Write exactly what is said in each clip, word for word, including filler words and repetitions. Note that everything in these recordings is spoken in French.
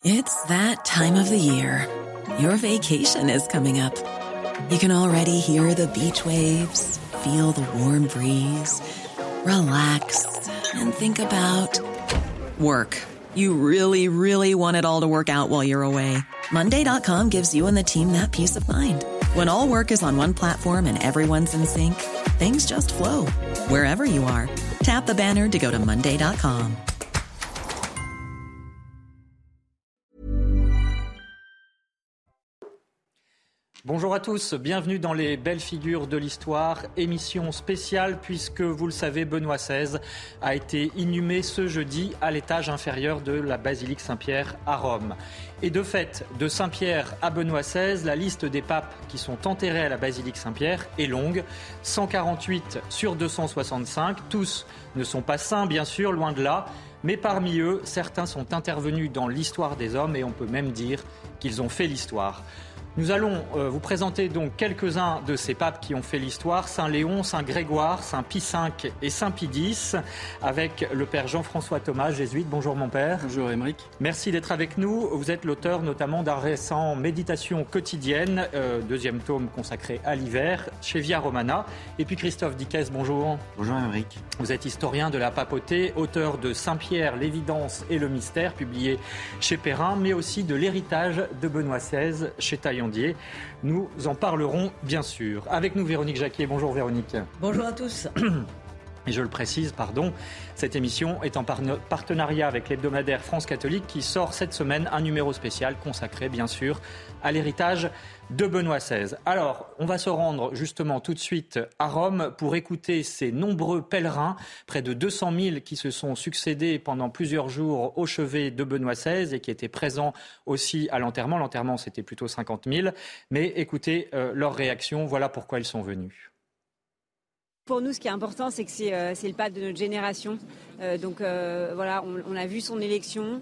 It's that time of the year. Your vacation is coming up. You can already hear the beach waves, feel the warm breeze, relax, and think about work. You really, really want it all to work out while you're away. Monday dot com gives you and the team that peace of mind. When all work is on one platform and everyone's in sync, things just flow. Wherever you are, tap the banner to go to Monday dot com. Bonjour à tous, bienvenue dans les Belles Figures de l'Histoire, émission spéciale puisque vous le savez, Benoît seize a été inhumé ce jeudi à l'étage inférieur de la basilique Saint-Pierre à Rome. Et de fait, de Saint-Pierre à Benoît seize, la liste des papes qui sont enterrés à la basilique Saint-Pierre est longue, cent quarante-huit sur deux cent soixante-cinq. Tous ne sont pas saints, bien sûr, loin de là, mais parmi eux, certains sont intervenus dans l'histoire des hommes et on peut même dire qu'ils ont fait l'histoire. Nous allons euh, vous présenter donc quelques-uns de ces papes qui ont fait l'histoire, Saint Léon, Saint Grégoire, Saint Pie cinq et Saint Pie dix, avec le père Jean-François Thomas, jésuite. Bonjour mon père. Bonjour Aymeric. Merci d'être avec nous. Vous êtes l'auteur notamment d'un récent Méditation quotidienne, euh, deuxième tome consacré à l'hiver, chez Via Romana. Et puis Christophe Dickès, bonjour. Bonjour Aymeric. Vous êtes historien de la papauté, auteur de Saint-Pierre, l'évidence et le mystère, publié chez Perrin, mais aussi de l'héritage de Benoît seize, chez Taillandier. Nous en parlerons bien sûr. Avec nous Véronique Jacquier. Bonjour Véronique. Bonjour à tous. Et je le précise, pardon, cette émission est en partenariat avec l'hebdomadaire France Catholique qui sort cette semaine un numéro spécial consacré bien sûr à l'héritage de Benoît seize. Alors, on va se rendre justement tout de suite à Rome pour écouter ces nombreux pèlerins, près de deux cent mille qui se sont succédés pendant plusieurs jours au chevet de Benoît seize et qui étaient présents aussi à l'enterrement. L'enterrement, c'était plutôt cinquante mille. Mais écoutez euh, leur réaction, voilà pourquoi ils sont venus. Pour nous, ce qui est important, c'est que c'est, euh, c'est le pape de notre génération. Euh, donc euh, voilà, on, on a vu son élection.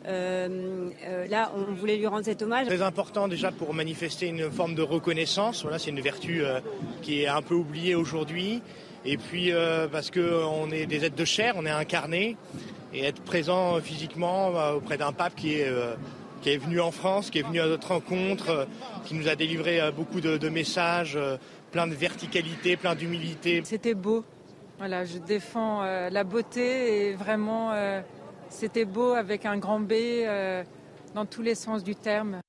Euh, euh, là, on voulait lui rendre cet hommage. Très important déjà pour manifester une forme de reconnaissance. Voilà, c'est une vertu euh, qui est un peu oubliée aujourd'hui. Et puis euh, parce qu'on est des êtres de chair, on est incarnés. Et être présent physiquement euh, auprès d'un pape qui est... Euh, qui est venu en France, qui est venu à notre rencontre, euh, qui nous a délivré euh, beaucoup de, de messages, euh, plein de verticalité, plein d'humilité. C'était beau. Voilà, je défends euh, la beauté et vraiment, euh, c'était beau avec un grand B euh, dans tous les sens du terme.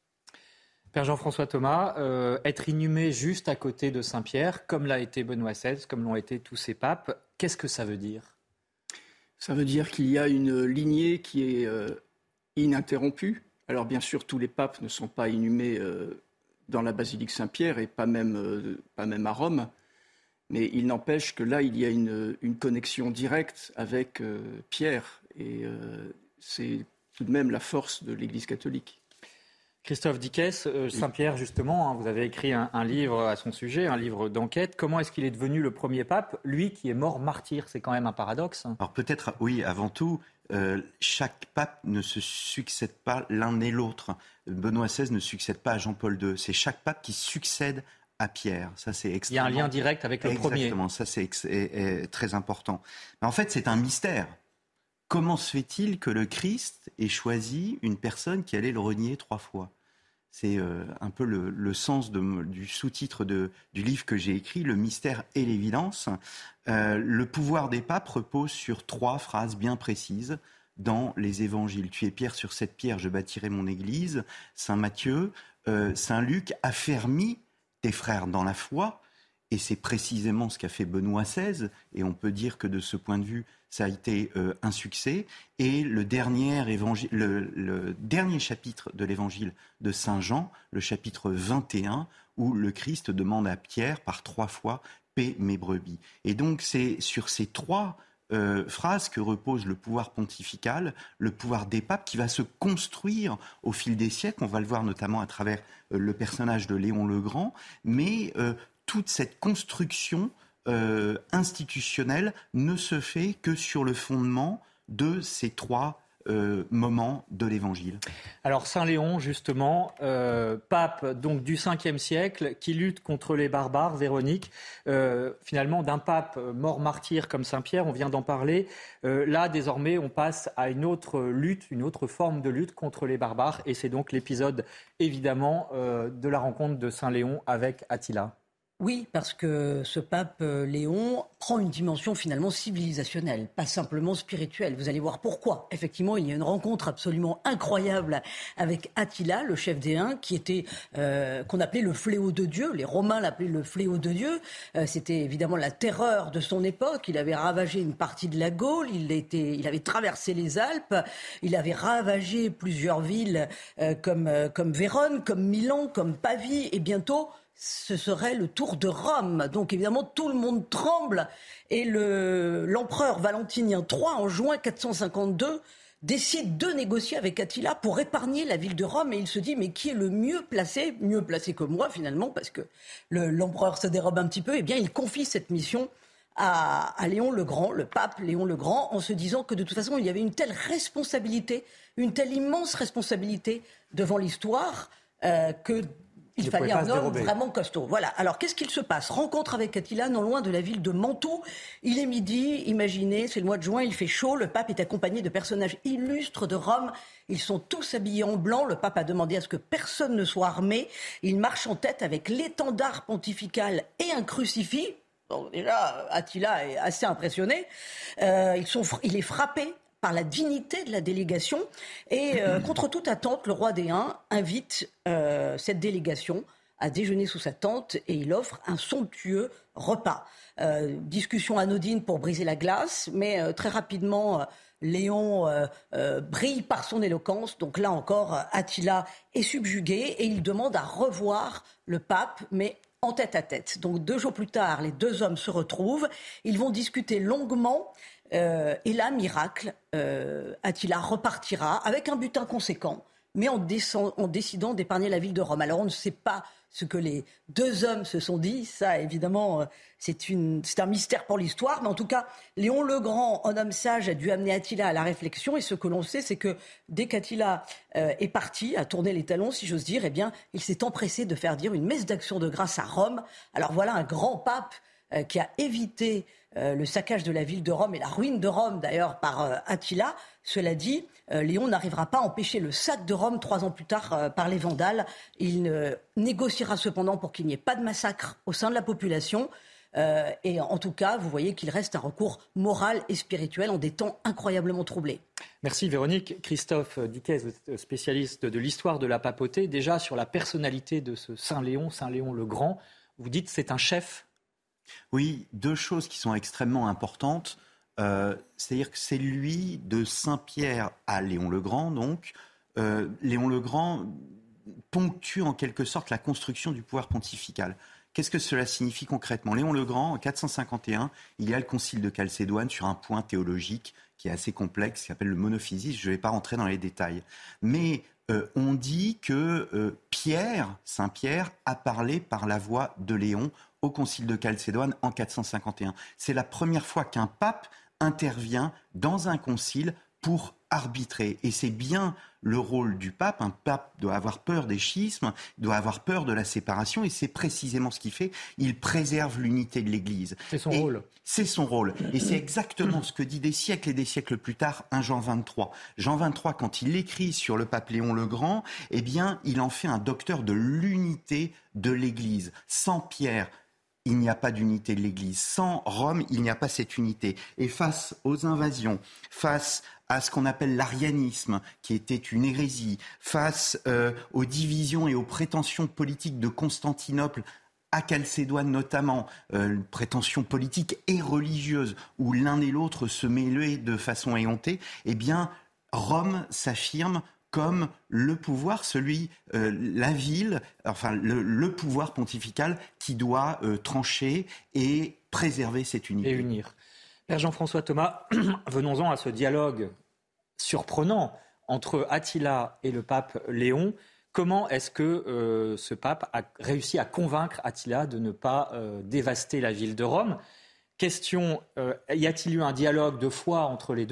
Père Jean-François Thomas, euh, être inhumé juste à côté de Saint-Pierre, comme l'a été Benoît seize, comme l'ont été tous ces papes, qu'est-ce que ça veut dire ? Ça veut dire qu'il y a une lignée qui est euh, ininterrompue. Alors bien sûr, tous les papes ne sont pas inhumés euh, dans la basilique Saint-Pierre et pas même, euh, pas même à Rome, mais il n'empêche que là, il y a une, une connexion directe avec euh, Pierre et euh, c'est tout de même la force de l'Église catholique. Christophe Dickès, euh, Saint-Pierre justement, hein, vous avez écrit un, un livre à son sujet, un livre d'enquête. Comment est-ce qu'il est devenu le premier pape, lui qui est mort martyr ? C'est quand même un paradoxe. Alors peut-être, oui, avant tout, euh, chaque pape ne se succède pas l'un et l'autre. Benoît seize ne succède pas à Jean-Paul deux. C'est chaque pape qui succède à Pierre. Ça, c'est extrêmement... Il y a un lien direct avec le Exactement, premier. Exactement, ça c'est ex- est, est très important. Mais en fait, c'est un mystère. Comment se fait-il que le Christ ait choisi une personne qui allait le renier trois fois ? C'est euh, un peu le, le sens de, du sous-titre de, du livre que j'ai écrit, Le mystère et l'évidence. Euh, le pouvoir des papes repose sur trois phrases bien précises dans les évangiles. Tu es pierre, sur cette pierre, je bâtirai mon église. Saint Matthieu, euh, Saint Luc, affermis tes frères dans la foi. Et c'est précisément ce qu'a fait Benoît seize. Et on peut dire que de ce point de vue, ça a été euh, un succès. Et le dernier, évangile, le, le dernier chapitre de l'évangile de Saint Jean, le chapitre vingt et un, où le Christ demande à Pierre par trois fois « paie mes brebis ». Et donc c'est sur ces trois euh, phrases que repose le pouvoir pontifical, le pouvoir des papes, qui va se construire au fil des siècles. On va le voir notamment à travers euh, le personnage de Léon le Grand. Mais euh, toute cette construction euh, institutionnelle ne se fait que sur le fondement de ces trois euh, moment de l'Évangile. Alors Saint Léon, justement, euh, pape donc du cinquième siècle, qui lutte contre les barbares, Véronique, euh, finalement d'un pape mort martyr comme Saint Pierre, on vient d'en parler. Euh, là, désormais, on passe à une autre lutte, une autre forme de lutte contre les barbares, et c'est donc l'épisode, évidemment, euh, de la rencontre de Saint Léon avec Attila. Oui, parce que ce pape euh, Léon prend une dimension finalement civilisationnelle, pas simplement spirituelle. Vous allez voir pourquoi. Effectivement, il y a une rencontre absolument incroyable avec Attila, le chef des Huns, qui était euh, qu'on appelait le fléau de Dieu. Les Romains l'appelaient le fléau de Dieu. Euh, c'était évidemment la terreur de son époque. Il avait ravagé une partie de la Gaule. Il était, il avait traversé les Alpes. Il avait ravagé plusieurs villes euh, comme euh, comme Vérone, comme Milan, comme Pavie, et bientôt ce serait le tour de Rome. Donc évidemment, tout le monde tremble. Et le, l'empereur Valentinien trois, en juin quatre cent cinquante-deux, décide de négocier avec Attila pour épargner la ville de Rome. Et il se dit, mais qui est le mieux placé, mieux placé que moi finalement, parce que le, l'empereur se dérobe un petit peu. Eh bien, il confie cette mission à, à Léon le Grand, le pape Léon le Grand, en se disant que de toute façon, il y avait une telle responsabilité, une telle immense responsabilité devant l'histoire, euh, que... Il fallait un homme vraiment costaud. Voilà. Alors, qu'est-ce qu'il se passe ? Rencontre avec Attila, non loin de la ville de Mantoue. Il est midi, imaginez, c'est le mois de juin, il fait chaud. Le pape est accompagné de personnages illustres de Rome. Ils sont tous habillés en blanc. Le pape a demandé à ce que personne ne soit armé. Il marche en tête avec l'étendard pontifical et un crucifix. Bon, déjà, Attila est assez impressionné. Euh, ils sont, il est frappé par la dignité de la délégation. Et euh, contre toute attente, le roi des Huns invite euh, cette délégation à déjeuner sous sa tente et il offre un somptueux repas. Euh, discussion anodine pour briser la glace, mais euh, très rapidement, euh, Léon euh, euh, brille par son éloquence. Donc là encore, Attila est subjugué et il demande à revoir le pape, mais en tête à tête. Donc deux jours plus tard, les deux hommes se retrouvent. Ils vont discuter longuement. Euh, et là, miracle, euh, Attila repartira avec un butin conséquent, mais en, descend, en décidant d'épargner la ville de Rome. Alors on ne sait pas ce que les deux hommes se sont dit, ça évidemment c'est, une, c'est un mystère pour l'histoire, mais en tout cas Léon le Grand, en homme sage, a dû amener Attila à la réflexion, et ce que l'on sait c'est que dès qu'Attila euh, est parti, a tourné les talons si j'ose dire, eh bien il s'est empressé de faire dire une messe d'action de grâce à Rome. Alors voilà un grand pape euh, qui a évité Euh, le saccage de la ville de Rome et la ruine de Rome d'ailleurs par euh, Attila. Cela dit, euh, Léon n'arrivera pas à empêcher le sac de Rome trois ans plus tard euh, par les Vandales. Il euh, négociera cependant pour qu'il n'y ait pas de massacre au sein de la population. Euh, et en tout cas, vous voyez qu'il reste un recours moral et spirituel en des temps incroyablement troublés. Merci Véronique. Christophe Dickès, spécialiste de l'histoire de la papauté. Déjà sur la personnalité de ce Saint Léon, Saint Léon le Grand, vous dites c'est un chef. Oui, deux choses qui sont extrêmement importantes. Euh, c'est-à-dire que c'est lui, de Saint-Pierre à Léon le Grand, donc. Euh, Léon le Grand ponctue en quelque sorte la construction du pouvoir pontifical. Qu'est-ce que cela signifie concrètement ? Léon le Grand, en quatre cent cinquante et un, il y a le concile de Chalcédoine sur un point théologique qui est assez complexe, qui s'appelle le monophysisme. Je ne vais pas rentrer dans les détails. Mais euh, on dit que euh, Pierre, Saint-Pierre, a parlé par la voix de Léon au concile de Chalcédoine en quatre cent cinquante et un. C'est la première fois qu'un pape intervient dans un concile pour arbitrer. Et c'est bien le rôle du pape. Un pape doit avoir peur des schismes, doit avoir peur de la séparation, et c'est précisément ce qu'il fait. Il préserve l'unité de l'Église. C'est son et rôle. C'est son rôle. Et c'est exactement ce que dit des siècles et des siècles plus tard un Jean vingt-trois. Jean vingt-trois, quand il écrit sur le pape Léon le Grand, eh bien, il en fait un docteur de l'unité de l'Église. Sans Pierre, il n'y a pas d'unité de l'Église. Sans Rome, il n'y a pas cette unité. Et face aux invasions, face à ce qu'on appelle l'arianisme, qui était une hérésie, face euh, aux divisions et aux prétentions politiques de Constantinople, à Chalcédoine notamment, euh, prétentions politiques et religieuses, où l'un et l'autre se mêlaient de façon éhontée, eh bien, Rome s'affirme comme le pouvoir, celui, euh, la ville, enfin le, le pouvoir pontifical qui doit euh, trancher et préserver cette unité. Et unir. Père Jean-François Thomas, venons-en à ce dialogue surprenant entre Attila et le pape Léon. Comment est-ce que euh, ce pape a réussi à convaincre Attila de ne pas euh, dévaster la ville de Rome ? Question, euh, y a-t-il eu un dialogue de foi entre les deux ?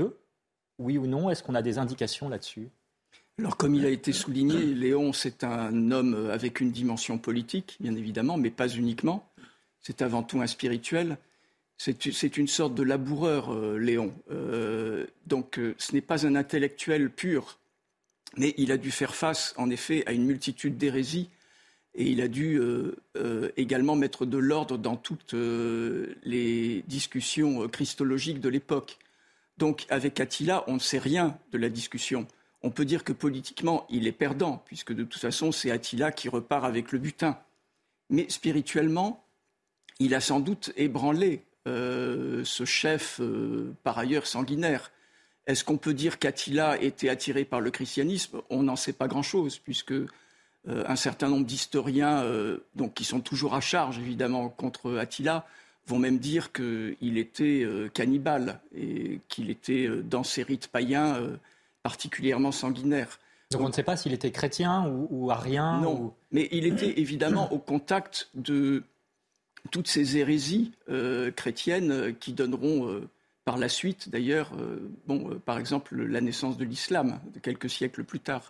Oui ou non? Est-ce qu'on a des indications là-dessus? Alors, comme il a été souligné, Léon, c'est un homme avec une dimension politique, bien évidemment, mais pas uniquement. C'est avant tout un spirituel. C'est, c'est une sorte de laboureur, euh, Léon. Euh, donc, euh, ce n'est pas un intellectuel pur, mais il a dû faire face, en effet, à une multitude d'hérésies, et il a dû euh, euh, également mettre de l'ordre dans toutes euh, les discussions christologiques de l'époque. Donc, avec Attila, on ne sait rien de la discussion. On peut dire que politiquement, il est perdant, puisque de toute façon, c'est Attila qui repart avec le butin. Mais spirituellement, il a sans doute ébranlé euh, ce chef, euh, par ailleurs sanguinaire. Est-ce qu'on peut dire qu'Attila était attiré par le christianisme? On n'en sait pas grand-chose, puisque euh, un certain nombre d'historiens, euh, donc, qui sont toujours à charge, évidemment, contre Attila, vont même dire qu'il était euh, cannibale et qu'il était, euh, dans ses rites païens, euh, particulièrement sanguinaire. Donc, Donc on ne sait pas s'il était chrétien ou, ou arien. Non, ou... mais il était évidemment au contact de toutes ces hérésies euh, chrétiennes euh, qui donneront euh, par la suite, d'ailleurs, euh, bon, euh, par exemple, la naissance de l'islam, quelques siècles plus tard.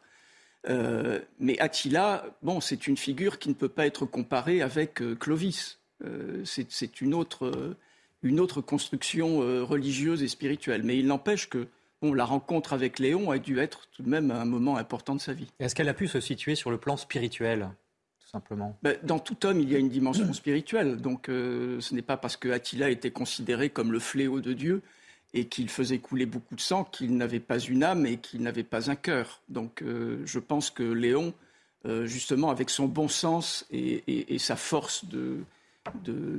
Euh, mais Attila, bon, c'est une figure qui ne peut pas être comparée avec euh, Clovis. Euh, c'est, c'est une autre, euh, une autre construction euh, religieuse et spirituelle. Mais il n'empêche que bon, la rencontre avec Léon a dû être tout de même un moment important de sa vie. Est-ce qu'elle a pu se situer sur le plan spirituel, tout simplement? Ben, dans tout homme, il y a une dimension spirituelle. Donc euh, ce n'est pas parce que Attila était considéré comme le fléau de Dieu et qu'il faisait couler beaucoup de sang qu'il n'avait pas une âme et qu'il n'avait pas un cœur. Donc euh, je pense que Léon, euh, justement, avec son bon sens et, et, et sa force de... de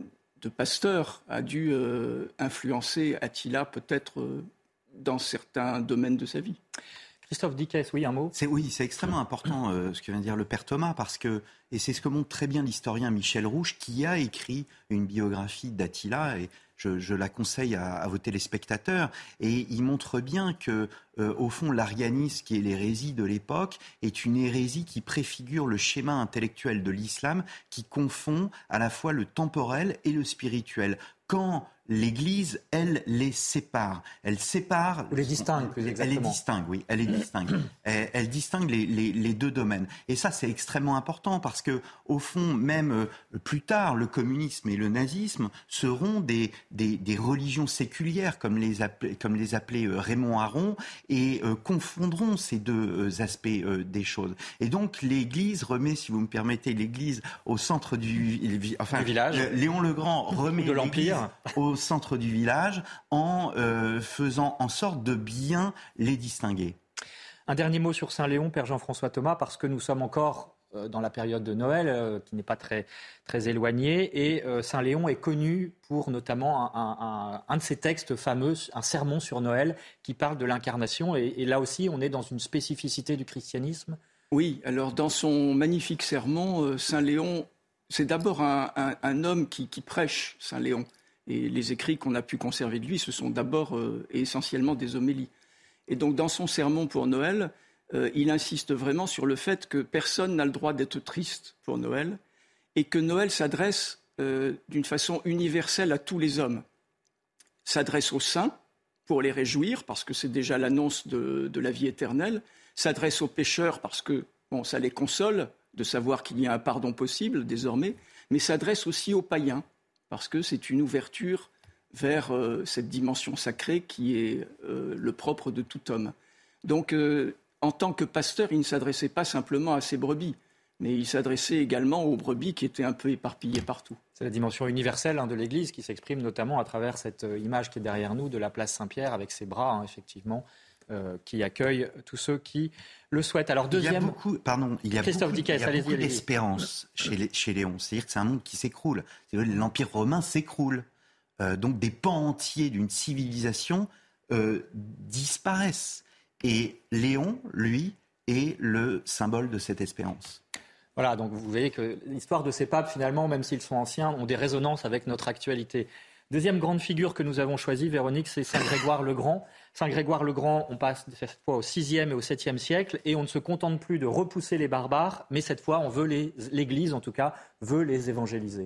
de pasteur, a dû euh, influencer Attila peut-être euh, dans certains domaines de sa vie. Christophe Dickès, oui, un mot. C'est, oui, c'est extrêmement important euh, ce que vient de dire le père Thomas, parce que, et c'est ce que montre très bien l'historien Michel Rouche, qui a écrit une biographie d'Attila, et je, je la conseille à, à vos téléspectateurs, et il montre bien que, euh, au fond, l'arianisme, qui est l'hérésie de l'époque, est une hérésie qui préfigure le schéma intellectuel de l'islam, qui confond à la fois le temporel et le spirituel. Quand l'Église, elle, les sépare. Elle sépare... Ou les distingue, plus exactement. Elle les distingue, oui. Elle les distingue. elle, elle distingue les, les, les deux domaines. Et ça, c'est extrêmement important parce que, au fond, même euh, plus tard, le communisme et le nazisme seront des, des, des religions séculières, comme les appelait, comme les appelait euh, Raymond Aron, et euh, confondront ces deux euh, aspects euh, des choses. Et donc, l'Église remet, si vous me permettez, l'Église au centre du... Enfin, du village. Euh, Léon le Grand remet de l'Empire au centre du village en euh, faisant en sorte de bien les distinguer. Un dernier mot sur Saint-Léon, Père Jean-François Thomas, parce que nous sommes encore euh, dans la période de Noël, euh, qui n'est pas très, très éloignée, et euh, Saint-Léon est connu pour notamment un, un, un de ses textes fameux, un sermon sur Noël, qui parle de l'incarnation, et, et là aussi on est dans une spécificité du christianisme. Oui, alors dans son magnifique sermon, euh, Saint-Léon, c'est d'abord un, un, un homme qui, qui prêche, Saint-Léon. Et les écrits qu'on a pu conserver de lui, ce sont d'abord euh, et essentiellement des homélies. Et donc, dans son sermon pour Noël, euh, il insiste vraiment sur le fait que personne n'a le droit d'être triste pour Noël et que Noël s'adresse euh, d'une façon universelle à tous les hommes. S'adresse aux saints pour les réjouir, parce que c'est déjà l'annonce de, de la vie éternelle. S'adresse aux pécheurs parce que bon, ça les console de savoir qu'il y a un pardon possible désormais, mais s'adresse aussi aux païens, parce que c'est une ouverture vers euh, cette dimension sacrée qui est euh, le propre de tout homme. Donc, euh, en tant que pasteur, il ne s'adressait pas simplement à ses brebis, mais il s'adressait également aux brebis qui étaient un peu éparpillées partout. C'est la dimension universelle hein, de l'Église qui s'exprime notamment à travers cette euh, image qui est derrière nous de la place Saint-Pierre avec ses bras, hein, effectivement, euh, qui accueille tous ceux qui le souhaitent. Alors, deuxième... Il y a beaucoup, pardon, il y a Christophe beaucoup, Dickès, il y a allez-y, beaucoup allez-y. d'espérance chez, les, chez Léon. C'est-à-dire que c'est un monde qui s'écroule. C'est-à-dire que l'Empire romain s'écroule. Euh, donc des pans entiers d'une civilisation euh, disparaissent. Et Léon, lui, est le symbole de cette espérance. Voilà, donc vous voyez que l'histoire de ces papes, finalement, même s'ils sont anciens, ont des résonances avec notre actualité. Deuxième grande figure que nous avons choisie, Véronique, c'est Saint Grégoire le Grand. Saint Grégoire le Grand, on passe cette fois au sixième et au septième siècle, et on ne se contente plus de repousser les barbares, mais cette fois, on veut les, l'Église, en tout cas, veut les évangéliser.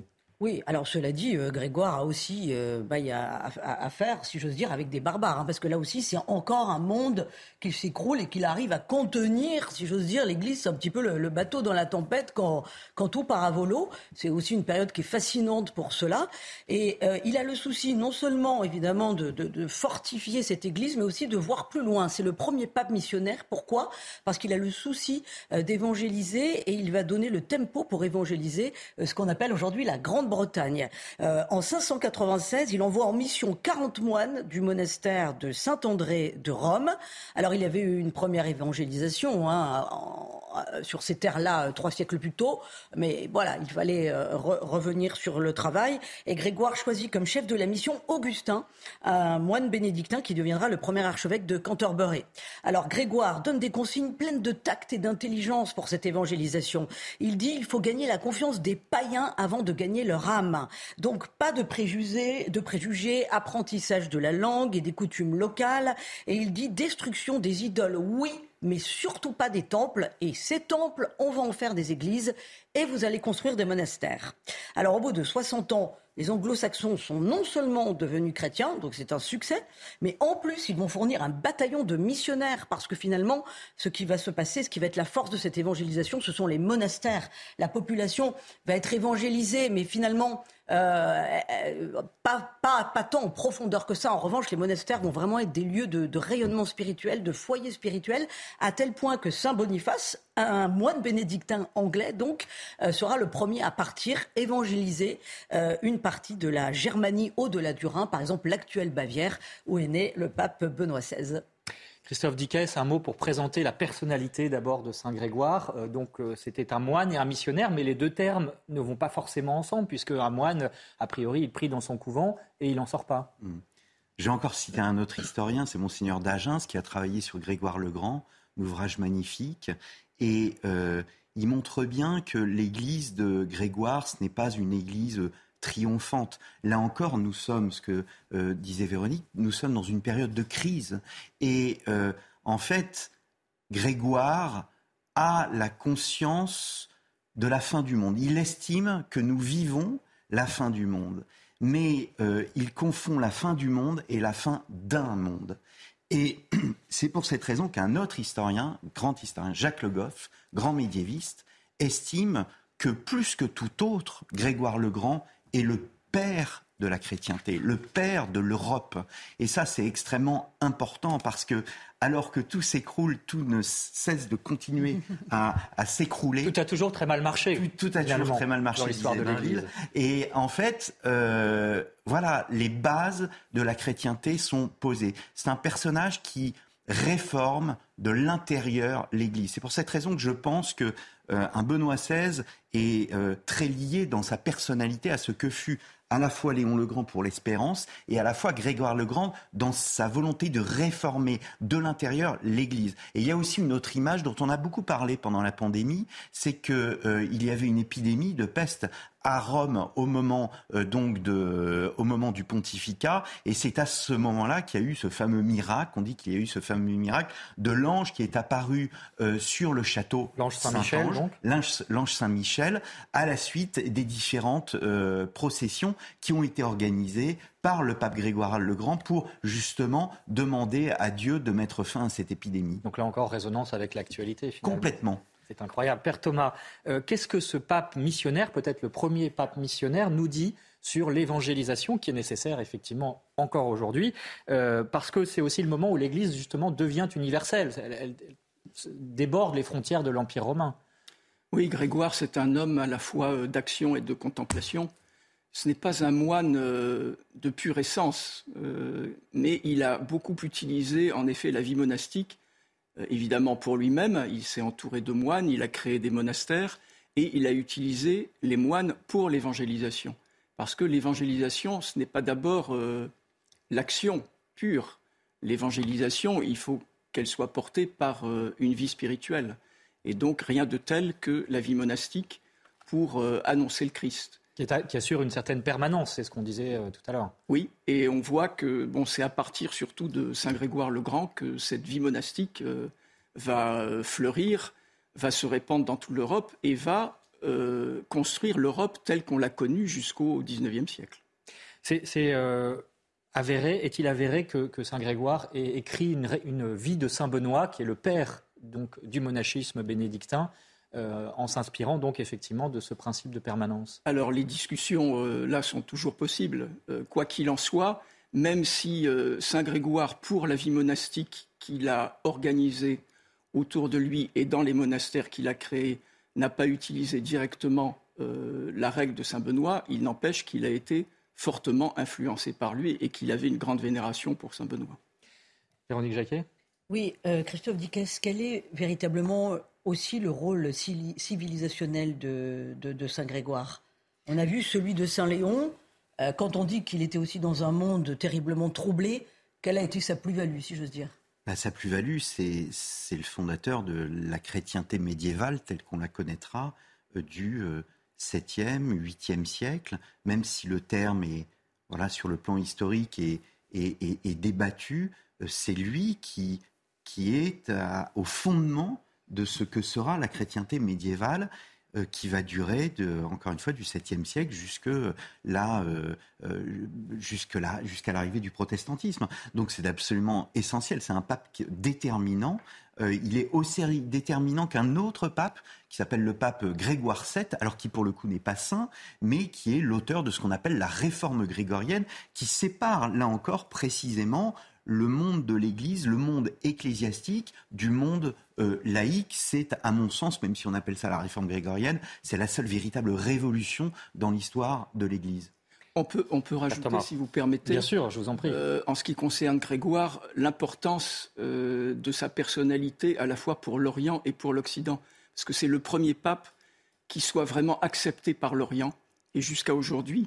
Oui, alors cela dit, euh, Grégoire a aussi euh, bah, y a à, à faire, si j'ose dire, avec des barbares, hein, parce que là aussi, c'est encore un monde qui s'écroule et qu'il arrive à contenir, si j'ose dire. L'Église, c'est un petit peu le, le bateau dans la tempête quand, quand tout part à volo. C'est aussi une période qui est fascinante pour cela. Et euh, il a le souci non seulement, évidemment, de, de, de fortifier cette Église, mais aussi de voir plus loin. C'est le premier pape missionnaire. Pourquoi ? Parce qu'il a le souci euh, d'évangéliser et il va donner le tempo pour évangéliser euh, ce qu'on appelle aujourd'hui la Grande Bretagne. Euh, en cinq cent quatre-vingt-seize, il envoie en mission quarante moines du monastère de Saint-André de Rome. Alors, il y avait eu une première évangélisation hein, en, en, sur ces terres-là euh, trois siècles plus tôt, mais voilà, il fallait euh, re- revenir sur le travail. Et Grégoire choisit comme chef de la mission Augustin, un moine bénédictin qui deviendra le premier archevêque de Canterbury. Alors, Grégoire donne des consignes pleines de tact et d'intelligence pour cette évangélisation. Il dit il faut gagner la confiance des païens avant de gagner leur âme. Donc pas de préjugés, de préjugés, apprentissage de la langue et des coutumes locales. Et il dit destruction des idoles, oui, mais surtout pas des temples. Et ces temples, on va en faire des églises et vous allez construire des monastères. Alors au bout de soixante ans, les anglo-saxons sont non seulement devenus chrétiens, donc c'est un succès, mais en plus, ils vont fournir un bataillon de missionnaires parce que finalement, ce qui va se passer, ce qui va être la force de cette évangélisation, ce sont les monastères. La population va être évangélisée, mais finalement, euh, pas, pas, pas tant en profondeur que ça. En revanche, les monastères vont vraiment être des lieux de, de rayonnement spirituel, de foyer spirituel, à tel point que Saint Boniface, un moine bénédictin anglais, donc, euh, sera le premier à partir évangéliser euh, une partie de la Germanie au-delà du Rhin, par exemple l'actuelle Bavière, où est né le pape Benoît seize. Christophe Dickès, un mot pour présenter la personnalité d'abord de Saint Grégoire. Euh, donc euh, c'était un moine et un missionnaire, mais les deux termes ne vont pas forcément ensemble, puisque un moine, a priori, il prie dans son couvent et il n'en sort pas. Mmh. J'ai encore cité un autre historien, c'est Monseigneur d'Agens, qui a travaillé sur Grégoire le Grand, un ouvrage magnifique, et euh, il montre bien que l'église de Grégoire, ce n'est pas une église triomphante. Là encore, nous sommes, ce que euh, disait Véronique, nous sommes dans une période de crise. Et euh, en fait, Grégoire a la conscience de la fin du monde. Il estime que nous vivons la fin du monde. Mais euh, il confond la fin du monde et la fin d'un monde. Et c'est pour cette raison qu'un autre historien, grand historien, Jacques Le Goff, grand médiéviste, estime que plus que tout autre, Grégoire le Grand est le père de la chrétienté, le père de l'Europe. Et ça, c'est extrêmement important parce que, alors que tout s'écroule, tout ne cesse de continuer à, à s'écrouler. Tout a toujours très mal marché. Tout, tout a toujours très mal marché dans l'histoire de l'Église. Et en fait, euh, voilà, les bases de la chrétienté sont posées. C'est un personnage qui réforme de l'intérieur l'Église. C'est pour cette raison que je pense que euh, un Benoît seize est euh, très lié dans sa personnalité à ce que fut à la fois Léon le Grand pour l'espérance et à la fois Grégoire le Grand dans sa volonté de réformer de l'intérieur l'Église. Et il y a aussi une autre image dont on a beaucoup parlé pendant la pandémie, c'est qu'il euh, y avait une épidémie de peste à Rome au moment euh, donc de, euh, au moment du pontificat, et c'est à ce moment-là qu'il y a eu ce fameux miracle. On dit qu'il y a eu ce fameux miracle de l'ange qui est apparu euh, sur le château l'ange Saint-Michel, Saint-Ange, donc l'ange, l'ange Saint-Michel, à la suite des différentes euh, processions qui ont été organisées par le pape Grégoire le Grand pour justement demander à Dieu de mettre fin à cette épidémie. Donc là encore, résonance avec l'actualité, finalement. Complètement. C'est incroyable. Père Thomas, euh, qu'est-ce que ce pape missionnaire, peut-être le premier pape missionnaire, nous dit sur l'évangélisation qui est nécessaire effectivement encore aujourd'hui, euh, parce que c'est aussi le moment où l'Église justement devient universelle, elle, elle, elle déborde les frontières de l'Empire romain. Oui, Grégoire, c'est un homme à la fois d'action et de contemplation. Ce n'est pas un moine euh, de pure essence, euh, mais il a beaucoup utilisé en effet la vie monastique. Euh, évidemment pour lui-même, il s'est entouré de moines, il a créé des monastères et il a utilisé les moines pour l'évangélisation. Parce que l'évangélisation, ce n'est pas d'abord euh, l'action pure. L'évangélisation, il faut qu'elle soit portée par euh, une vie spirituelle. Et donc rien de tel que la vie monastique pour euh, annoncer le Christ. Qui, est à, qui assure une certaine permanence, c'est ce qu'on disait euh, tout à l'heure. Oui, et on voit que bon, c'est à partir surtout de Saint Grégoire le Grand que cette vie monastique euh, va fleurir, va se répandre dans toute l'Europe et va euh, construire l'Europe telle qu'on l'a connue jusqu'au dix-neuvième siècle. C'est, c'est euh, avéré, est-il avéré que, que Saint Grégoire ait écrit une, une vie de Saint Benoît, qui est le père donc, du monachisme bénédictin, euh, en s'inspirant donc effectivement de ce principe de permanence? Alors les discussions euh, là sont toujours possibles. Euh, quoi qu'il en soit, même si euh, Saint Grégoire, pour la vie monastique qu'il a organisée autour de lui et dans les monastères qu'il a créés, n'a pas utilisé directement euh, la règle de Saint Benoît, il n'empêche qu'il a été fortement influencé par lui et qu'il avait une grande vénération pour Saint Benoît. Véronique Jacquet ? Oui, euh, Christophe Dickès, quel est véritablement aussi le rôle civilisationnel de, de, de Saint Grégoire? On a vu celui de Saint Léon. Euh, quand on dit qu'il était aussi dans un monde terriblement troublé, quelle a été sa plus-value, si j'ose dire? Bah, sa plus-value, c'est, c'est le fondateur de la chrétienté médiévale telle qu'on la connaîtra euh, du euh, septième, huitième siècle, même si le terme est, voilà, sur le plan historique est, est, est, est débattu, euh, c'est lui qui, qui est à, au fondement de ce que sera la chrétienté médiévale, euh, qui va durer, de, encore une fois, du septième siècle jusque là, euh, euh, jusque là, jusqu'à l'arrivée du protestantisme. Donc c'est absolument essentiel, c'est un pape déterminant. Euh, il est aussi déterminant qu'un autre pape, qui s'appelle le pape Grégoire sept, alors qui pour le coup n'est pas saint, mais qui est l'auteur de ce qu'on appelle la réforme grégorienne, qui sépare, là encore, précisément le monde de l'Église, le monde ecclésiastique, du monde euh, laïque. C'est, à mon sens, même si on appelle ça la réforme grégorienne, c'est la seule véritable révolution dans l'histoire de l'Église. On peut, on peut rajouter, Thomas, si vous permettez, bien sûr, je vous en prie. Euh, en ce qui concerne Grégoire, l'importance euh, de sa personnalité à la fois pour l'Orient et pour l'Occident. Parce que c'est le premier pape qui soit vraiment accepté par l'Orient. Et jusqu'à aujourd'hui,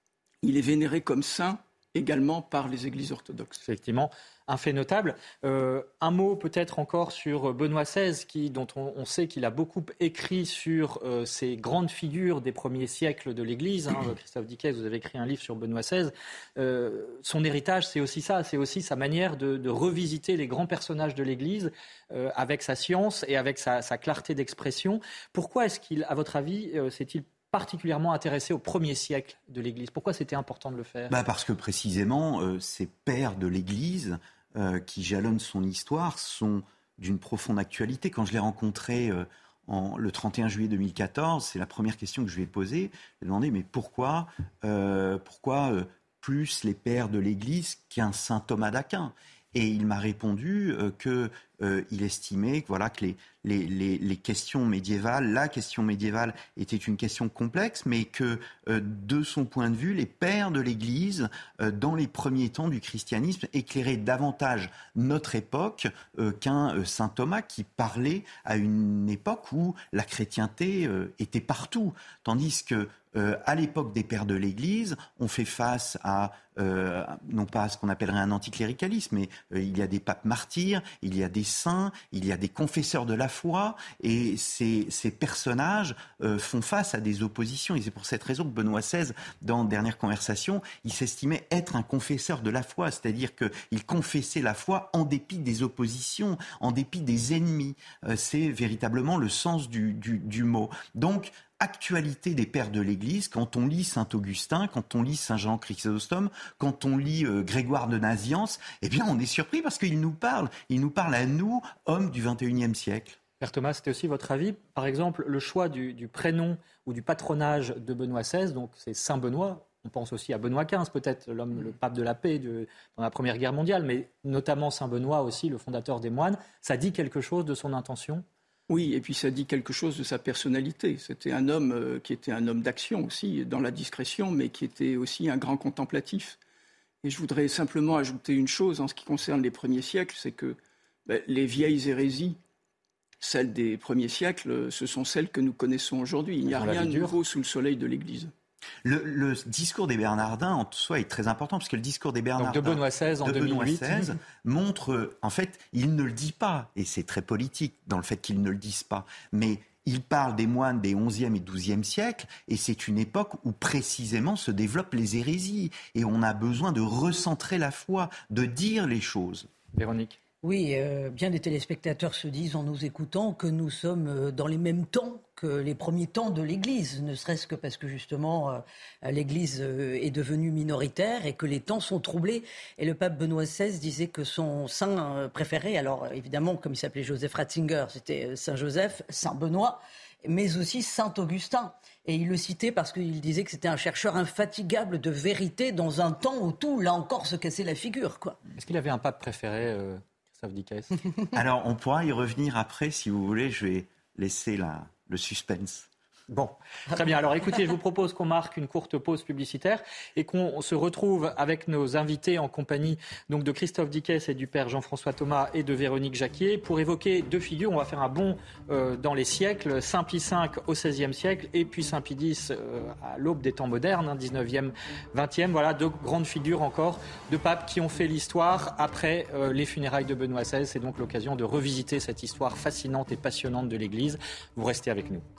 il est vénéré comme saint également par les églises orthodoxes. Effectivement, un fait notable. Euh, un mot peut-être encore sur Benoît seize, qui, dont on, on sait qu'il a beaucoup écrit sur euh, ces grandes figures des premiers siècles de l'Église. Hein. Christophe Dickès, vous avez écrit un livre sur Benoît seize. Euh, son héritage, c'est aussi ça, c'est aussi sa manière de, de revisiter les grands personnages de l'Église euh, avec sa science et avec sa, sa clarté d'expression. Pourquoi est-ce qu'il, à votre avis, euh, s'est-il particulièrement intéressé au premier siècle de l'Église? Pourquoi c'était important de le faire? Bah parce que précisément, euh, ces pères de l'Église euh, qui jalonnent son histoire sont d'une profonde actualité. Quand je l'ai rencontré euh, en, le trente et un juillet deux mille quatorze, c'est la première question que je lui ai posée. Je lui ai demandé, mais pourquoi, euh, pourquoi euh, plus les pères de l'Église qu'un saint Thomas d'Aquin? Et il m'a répondu euh, que euh, il estimait que, voilà, que les, les, les, les questions médiévales, la question médiévale était une question complexe, mais que euh, de son point de vue, les pères de l'Église, euh, dans les premiers temps du christianisme, éclairaient davantage notre époque euh, qu'un euh, saint Thomas qui parlait à une époque où la chrétienté euh, était partout, tandis que Euh, à l'époque des pères de l'Église, on fait face à, euh, non pas à ce qu'on appellerait un anticléricalisme, mais euh, il y a des papes martyrs, il y a des saints, il y a des confesseurs de la foi, et ces, ces personnages euh, font face à des oppositions. Et c'est pour cette raison que Benoît seize, dans Dernière Conversation, il s'estimait être un confesseur de la foi, c'est-à-dire qu'il confessait la foi en dépit des oppositions, en dépit des ennemis. Euh, c'est véritablement le sens du, du, du mot. Donc, actualité des pères de l'Église, quand on lit saint Augustin, quand on lit saint Jean Chrysostome, quand on lit euh, Grégoire de Nazianze, eh bien on est surpris parce qu'il nous parle, il nous parle à nous, hommes du vingt et unième siècle. Père Thomas, c'était aussi votre avis? Par exemple, le choix du, du prénom ou du patronage de Benoît seize, donc c'est Saint Benoît. On pense aussi à Benoît quinze, peut-être, l'homme, le pape de la paix de, dans la Première Guerre mondiale, mais notamment Saint Benoît aussi, le fondateur des moines. Ça dit quelque chose de son intention? Oui, et puis ça dit quelque chose de sa personnalité. C'était un homme euh, qui était un homme d'action aussi, dans la discrétion, mais qui était aussi un grand contemplatif. Et je voudrais simplement ajouter une chose en ce qui concerne les premiers siècles, c'est que ben, les vieilles hérésies, celles des premiers siècles, ce sont celles que nous connaissons aujourd'hui. Il n'y a rien de nouveau sous le soleil de l'Église. Le, le discours des Bernardins en soi est très important parce que le discours des Bernardins donc de Benoît seize en deux mille huit seize montre, en fait, il ne le dit pas, et c'est très politique dans le fait qu'ils ne le disent pas, mais il parle des moines des onzième et douzième siècles, et c'est une époque où précisément se développent les hérésies, et on a besoin de recentrer la foi, de dire les choses. Véronique. Oui, euh, bien des téléspectateurs se disent en nous écoutant que nous sommes dans les mêmes temps que les premiers temps de l'Église, ne serait-ce que parce que justement euh, l'Église euh, est devenue minoritaire et que les temps sont troublés. Et le pape Benoît seize disait que son saint euh, préféré, alors évidemment comme il s'appelait Joseph Ratzinger, c'était Saint Joseph, Saint Benoît, mais aussi Saint Augustin. Et il le citait parce qu'il disait que c'était un chercheur infatigable de vérité dans un temps où tout, là encore, se cassait la figure, quoi. Est-ce qu'il avait un pape préféré euh... Alors, on pourra y revenir après, si vous voulez. Je vais laisser la, le suspense. Bon, très bien. Alors écoutez, je vous propose qu'on marque une courte pause publicitaire et qu'on se retrouve avec nos invités en compagnie donc de Christophe Dickès et du père Jean-François Thomas et de Véronique Jacquier pour évoquer deux figures. On va faire un bond euh, dans les siècles, Saint Pie cinq au seizième siècle et puis Saint Pie dix euh, à l'aube des temps modernes, hein, dix-neuvième, vingtième. Voilà, deux grandes figures encore de papes qui ont fait l'histoire après euh, les funérailles de Benoît seize. C'est donc l'occasion de revisiter cette histoire fascinante et passionnante de l'Église. Vous restez avec nous.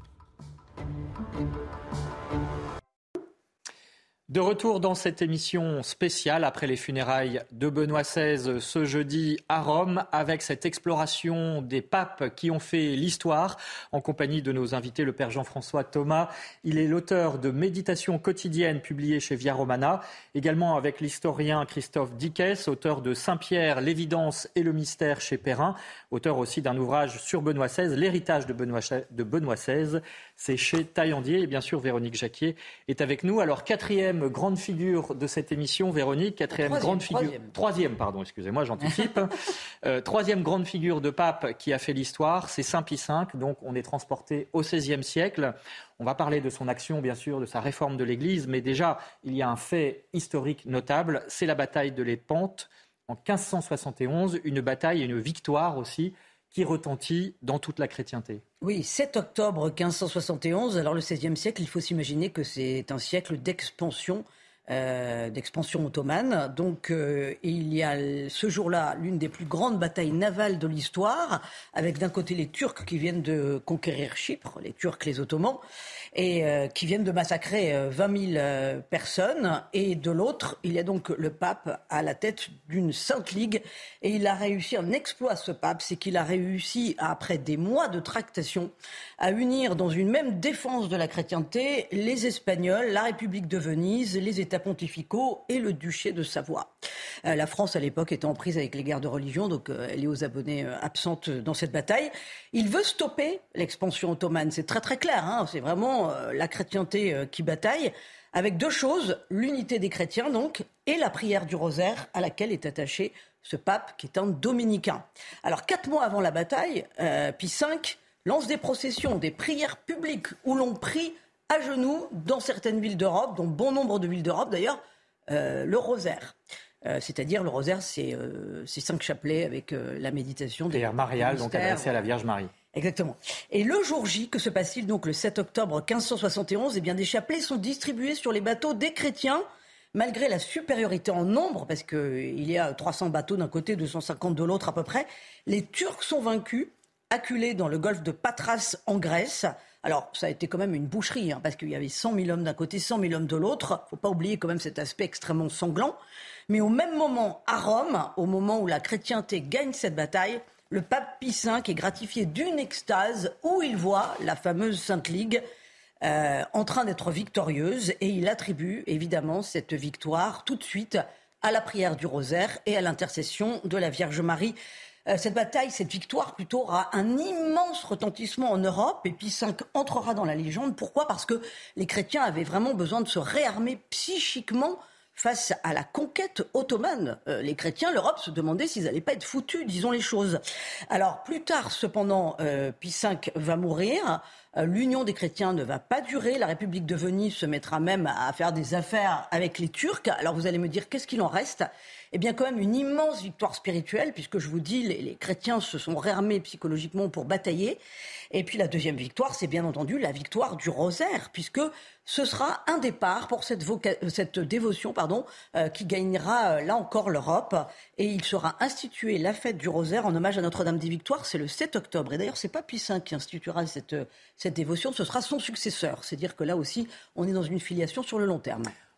De retour dans cette émission spéciale après les funérailles de Benoît seize ce jeudi à Rome avec cette exploration des papes qui ont fait l'histoire en compagnie de nos invités, le père Jean-François Thomas. Il est l'auteur de Méditations quotidiennes publiées chez Via Romana, également avec l'historien Christophe Dickès, auteur de Saint-Pierre, l'évidence et le mystère chez Perrin, auteur aussi d'un ouvrage sur Benoît seize, l'héritage de Benoît, de Benoît seize. C'est chez Taillandier et bien sûr Véronique Jacquier est avec nous. Alors quatrième grande figure de cette émission, Véronique, quatrième troisième, grande figure, troisième, troisième pardon, excusez-moi, j'anticipe. euh, troisième grande figure de pape qui a fait l'histoire, c'est Saint Pie cinq. Donc on est transporté au seizième siècle. On va parler de son action, bien sûr, de sa réforme de l'Église, mais déjà il y a un fait historique notable, c'est la bataille de Lépante en quinze cent soixante et onze, une bataille et une victoire aussi qui retentit dans toute la chrétienté. Oui, sept octobre quinze cent soixante et onze, alors le seizième siècle, il faut s'imaginer que c'est un siècle d'expansion, euh, d'expansion ottomane. Donc euh, il y a ce jour-là l'une des plus grandes batailles navales de l'histoire, avec d'un côté les Turcs qui viennent de conquérir Chypre, les Turcs, les Ottomans, et euh, qui viennent de massacrer euh, vingt mille euh, personnes. Et de l'autre, il y a donc le pape à la tête d'une sainte ligue. Et il a réussi un exploit, ce pape, c'est qu'il a réussi, après des mois de tractation, à unir dans une même défense de la chrétienté les Espagnols, la République de Venise, les États pontificaux et le duché de Savoie. Euh, la France, à l'époque, était en prise avec les guerres de religion, donc euh, elle est aux abonnés euh, absentes dans cette bataille. Il veut stopper l'expansion ottomane, c'est très très clair, hein, c'est vraiment euh, la chrétienté euh, qui bataille, avec deux choses, l'unité des chrétiens donc, et la prière du rosaire à laquelle est attaché ce pape qui est un dominicain. Alors quatre mois avant la bataille, euh, Pie cinq lance des processions, des prières publiques où l'on prie à genoux dans certaines villes d'Europe, dans bon nombre de villes d'Europe d'ailleurs, euh, le rosaire. Euh, c'est-à-dire le rosaire, c'est euh, ces cinq chapelets avec euh, la méditation. Prière mariale, donc adressée à la Vierge Marie. Exactement. Et le jour J, que se passe-t-il donc le sept octobre quinze cent soixante et onze? Eh bien, des chapelets sont distribués sur les bateaux des chrétiens, malgré la supériorité en nombre, parce qu'il y a trois cents bateaux d'un côté, deux cent cinquante de l'autre à peu près. Les Turcs sont vaincus, acculés dans le golfe de Patras en Grèce. Alors, ça a été quand même une boucherie, hein, parce qu'il y avait cent mille hommes d'un côté, cent mille hommes de l'autre. Il ne faut pas oublier quand même cet aspect extrêmement sanglant. Mais au même moment, à Rome, au moment où la chrétienté gagne cette bataille, le pape Pie cinq est gratifié d'une extase où il voit la fameuse Sainte Ligue euh, en train d'être victorieuse. Et il attribue évidemment cette victoire tout de suite à la prière du rosaire et à l'intercession de la Vierge Marie. Euh, cette bataille, cette victoire plutôt, aura un immense retentissement en Europe. Et Pie cinq entrera dans la légende. Pourquoi ? Parce que les chrétiens avaient vraiment besoin de se réarmer psychiquement face à la conquête ottomane. Euh, les chrétiens, l'Europe se demandait s'ils n'allaient pas être foutus, disons les choses. Alors plus tard, cependant, euh, Pie cinq va mourir. Euh, l'union des chrétiens ne va pas durer. La République de Venise se mettra même à faire des affaires avec les Turcs. Alors vous allez me dire, qu'est-ce qu'il en reste ? Eh bien quand même une immense victoire spirituelle, puisque je vous dis, les, les chrétiens se sont réarmés psychologiquement pour batailler. Et puis la deuxième victoire, c'est bien entendu la victoire du rosaire, puisque ce sera un départ pour cette, voca- cette dévotion pardon, euh, qui gagnera euh, là encore l'Europe. Et il sera institué la fête du rosaire en hommage à Notre-Dame des Victoires, c'est le sept octobre. Et d'ailleurs, c'est pas Pie cinq qui instituera cette, cette dévotion, ce sera son successeur. C'est dire que là aussi, on est dans une filiation sur le long terme.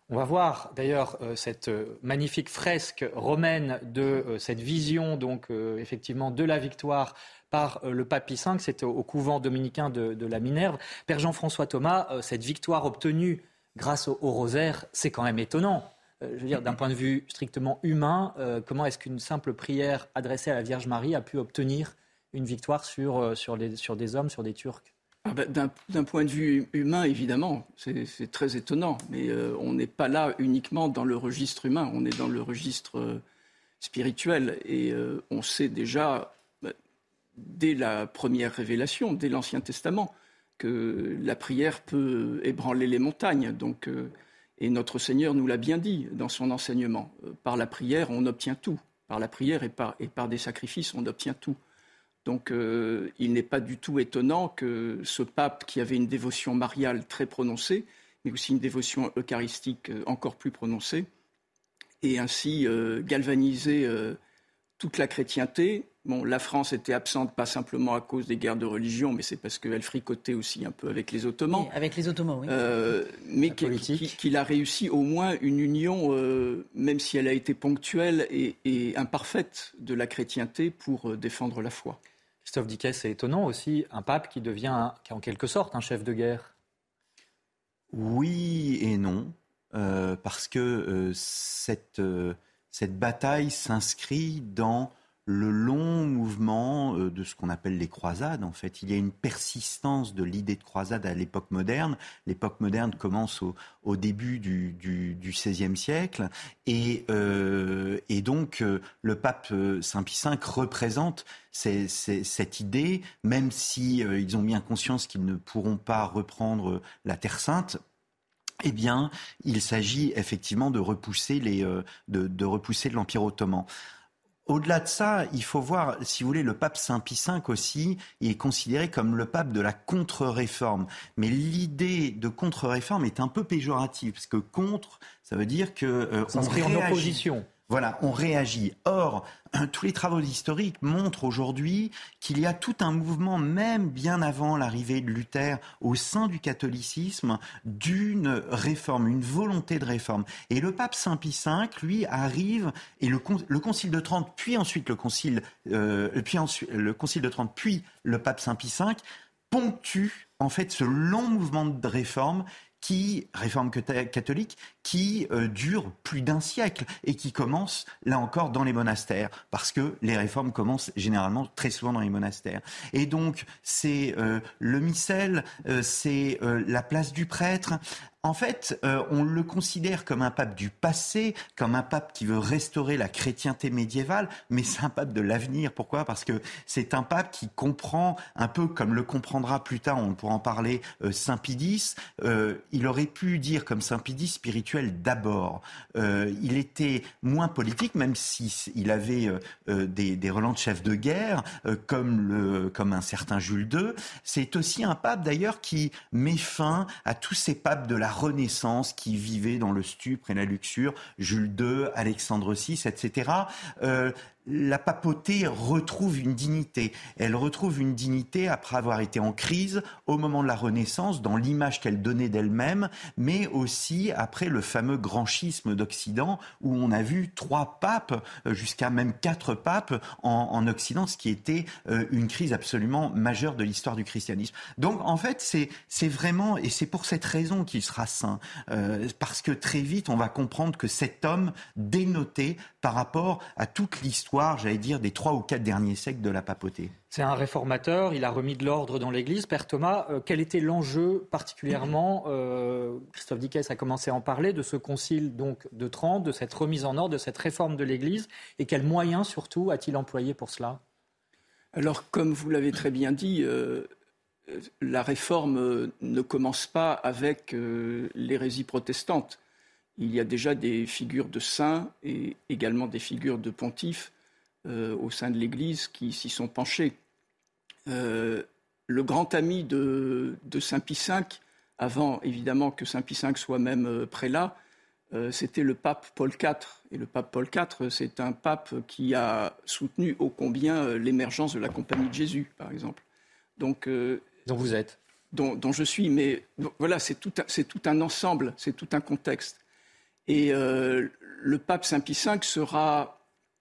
On va voir d'ailleurs euh, cette euh, magnifique fresque romaine de euh, cette vision donc euh, effectivement de la victoire par euh, le pape Pie cinq. C'était au, au couvent dominicain de, de la Minerve. Père Jean-François Thomas, euh, cette victoire obtenue grâce au, au rosaire, c'est quand même étonnant. Euh, je veux dire, d'un point de vue strictement humain, euh, comment est-ce qu'une simple prière adressée à la Vierge Marie a pu obtenir une victoire sur, euh, sur, les, sur des hommes, sur des Turcs ? Ah ben, d'un, d'un point de vue humain, évidemment, c'est, c'est très étonnant. Mais euh, on n'est pas là uniquement dans le registre humain, on est dans le registre euh, spirituel. Et euh, on sait déjà, bah, dès la première révélation, dès l'Ancien Testament, que la prière peut ébranler les montagnes. Donc, euh, et notre Seigneur nous l'a bien dit dans son enseignement. Euh, par la prière, on obtient tout. Par la prière et par, et par des sacrifices, on obtient tout. Donc euh, il n'est pas du tout étonnant que ce pape qui avait une dévotion mariale très prononcée, mais aussi une dévotion eucharistique encore plus prononcée, ait ainsi euh, galvanisé euh, toute la chrétienté. Bon, la France était absente pas simplement à cause des guerres de religion, mais c'est parce qu'elle fricotait aussi un peu avec les Ottomans. Oui, avec les Ottomans, oui. Euh, mais qu'il, qu'il a réussi au moins une union, euh, même si elle a été ponctuelle et, et imparfaite, de la chrétienté pour euh, défendre la foi. Christophe Dickès, c'est étonnant aussi, un pape qui devient un, qui est en quelque sorte un chef de guerre. Oui et non, euh, parce que euh, cette, euh, cette bataille s'inscrit dans le long mouvement euh, de ce qu'on appelle les croisades. En fait, il y a une persistance de l'idée de croisade à l'époque moderne. L'époque moderne commence au, au début du, du, du seizième siècle, et, euh, et donc euh, le pape euh, Saint Pie cinq représente c'est, c'est, cette idée, même si euh, ils ont bien conscience qu'ils ne pourront pas reprendre la Terre Sainte. Eh bien, il s'agit effectivement de repousser les, euh, de, de repousser l'Empire ottoman. Au-delà de ça, il faut voir, si vous voulez, le pape Saint Pie cinq aussi, il est considéré comme le pape de la contre-réforme. Mais l'idée de contre-réforme est un peu péjorative, parce que contre, ça veut dire que euh, ça serait en opposition. Voilà, on réagit. Or, tous les travaux historiques montrent aujourd'hui qu'il y a tout un mouvement, même bien avant l'arrivée de Luther, au sein du catholicisme, d'une réforme, une volonté de réforme. Et le pape Saint Pie cinq, lui, arrive, et le, le Concile de Trente, puis ensuite le Concile, euh, puis ensuite, le Concile de Trente, puis le pape Saint Pie cinq, ponctue en fait ce long mouvement de réforme qui, réforme catholique, qui euh, dure plus d'un siècle et qui commence, là encore, dans les monastères, parce que les réformes commencent généralement très souvent dans les monastères. Et donc, c'est euh, le missel, euh, c'est euh, la place du prêtre. En fait, euh, on le considère comme un pape du passé, comme un pape qui veut restaurer la chrétienté médiévale, mais c'est un pape de l'avenir. Pourquoi ? Parce que c'est un pape qui comprend, un peu comme le comprendra plus tard, on pourra en parler, euh, Saint Pie X. Euh, il aurait pu dire, comme Saint Pie X, spirituel d'abord. Euh, il était moins politique, même s'il avait euh, des, des relents de chef de guerre, euh, comme, le, comme un certain Jules deux. C'est aussi un pape, d'ailleurs, qui met fin à tous ces papes de la Renaissance qui vivaient dans le stupre et la luxure, Jules deux, Alexandre six, et cetera. Euh, la papauté retrouve une dignité. Elle retrouve une dignité après avoir été en crise au moment de la Renaissance, dans l'image qu'elle donnait d'elle-même, mais aussi après le fameux grand schisme d'Occident, où on a vu trois papes, jusqu'à même quatre papes en, en Occident, ce qui était euh, une crise absolument majeure de l'histoire du christianisme. Donc en fait, c'est, c'est vraiment, et c'est pour cette raison qu'il sera saint, euh, parce que très vite, on va comprendre que cet homme dénoté par rapport à toute l'histoire, j'allais dire, des trois ou quatre derniers siècles de la papauté. C'est un réformateur, il a remis de l'ordre dans l'Église. Père Thomas, euh, quel était l'enjeu particulièrement, euh, Christophe Dickès a commencé à en parler, de ce concile donc, de Trente, de cette remise en ordre, de cette réforme de l'Église, et quels moyens surtout a-t-il employé pour cela ? Alors, comme vous l'avez très bien dit, euh, la réforme ne commence pas avec euh, l'hérésie protestante. Il y a déjà des figures de saints et également des figures de pontifes euh, au sein de l'Église qui s'y sont penchés. Euh, le grand ami de, de Saint Pie cinq, avant évidemment que Saint Pie cinq soit même euh, prélat, euh, c'était le pape Paul quatre. Et le pape Paul quatre, c'est un pape qui a soutenu ô combien euh, l'émergence de la Compagnie de Jésus, par exemple. Donc, euh, dont vous êtes. Dont, dont je suis, mais voilà, c'est tout, un, c'est tout un ensemble, c'est tout un contexte. Et euh, le pape Saint Pie cinq sera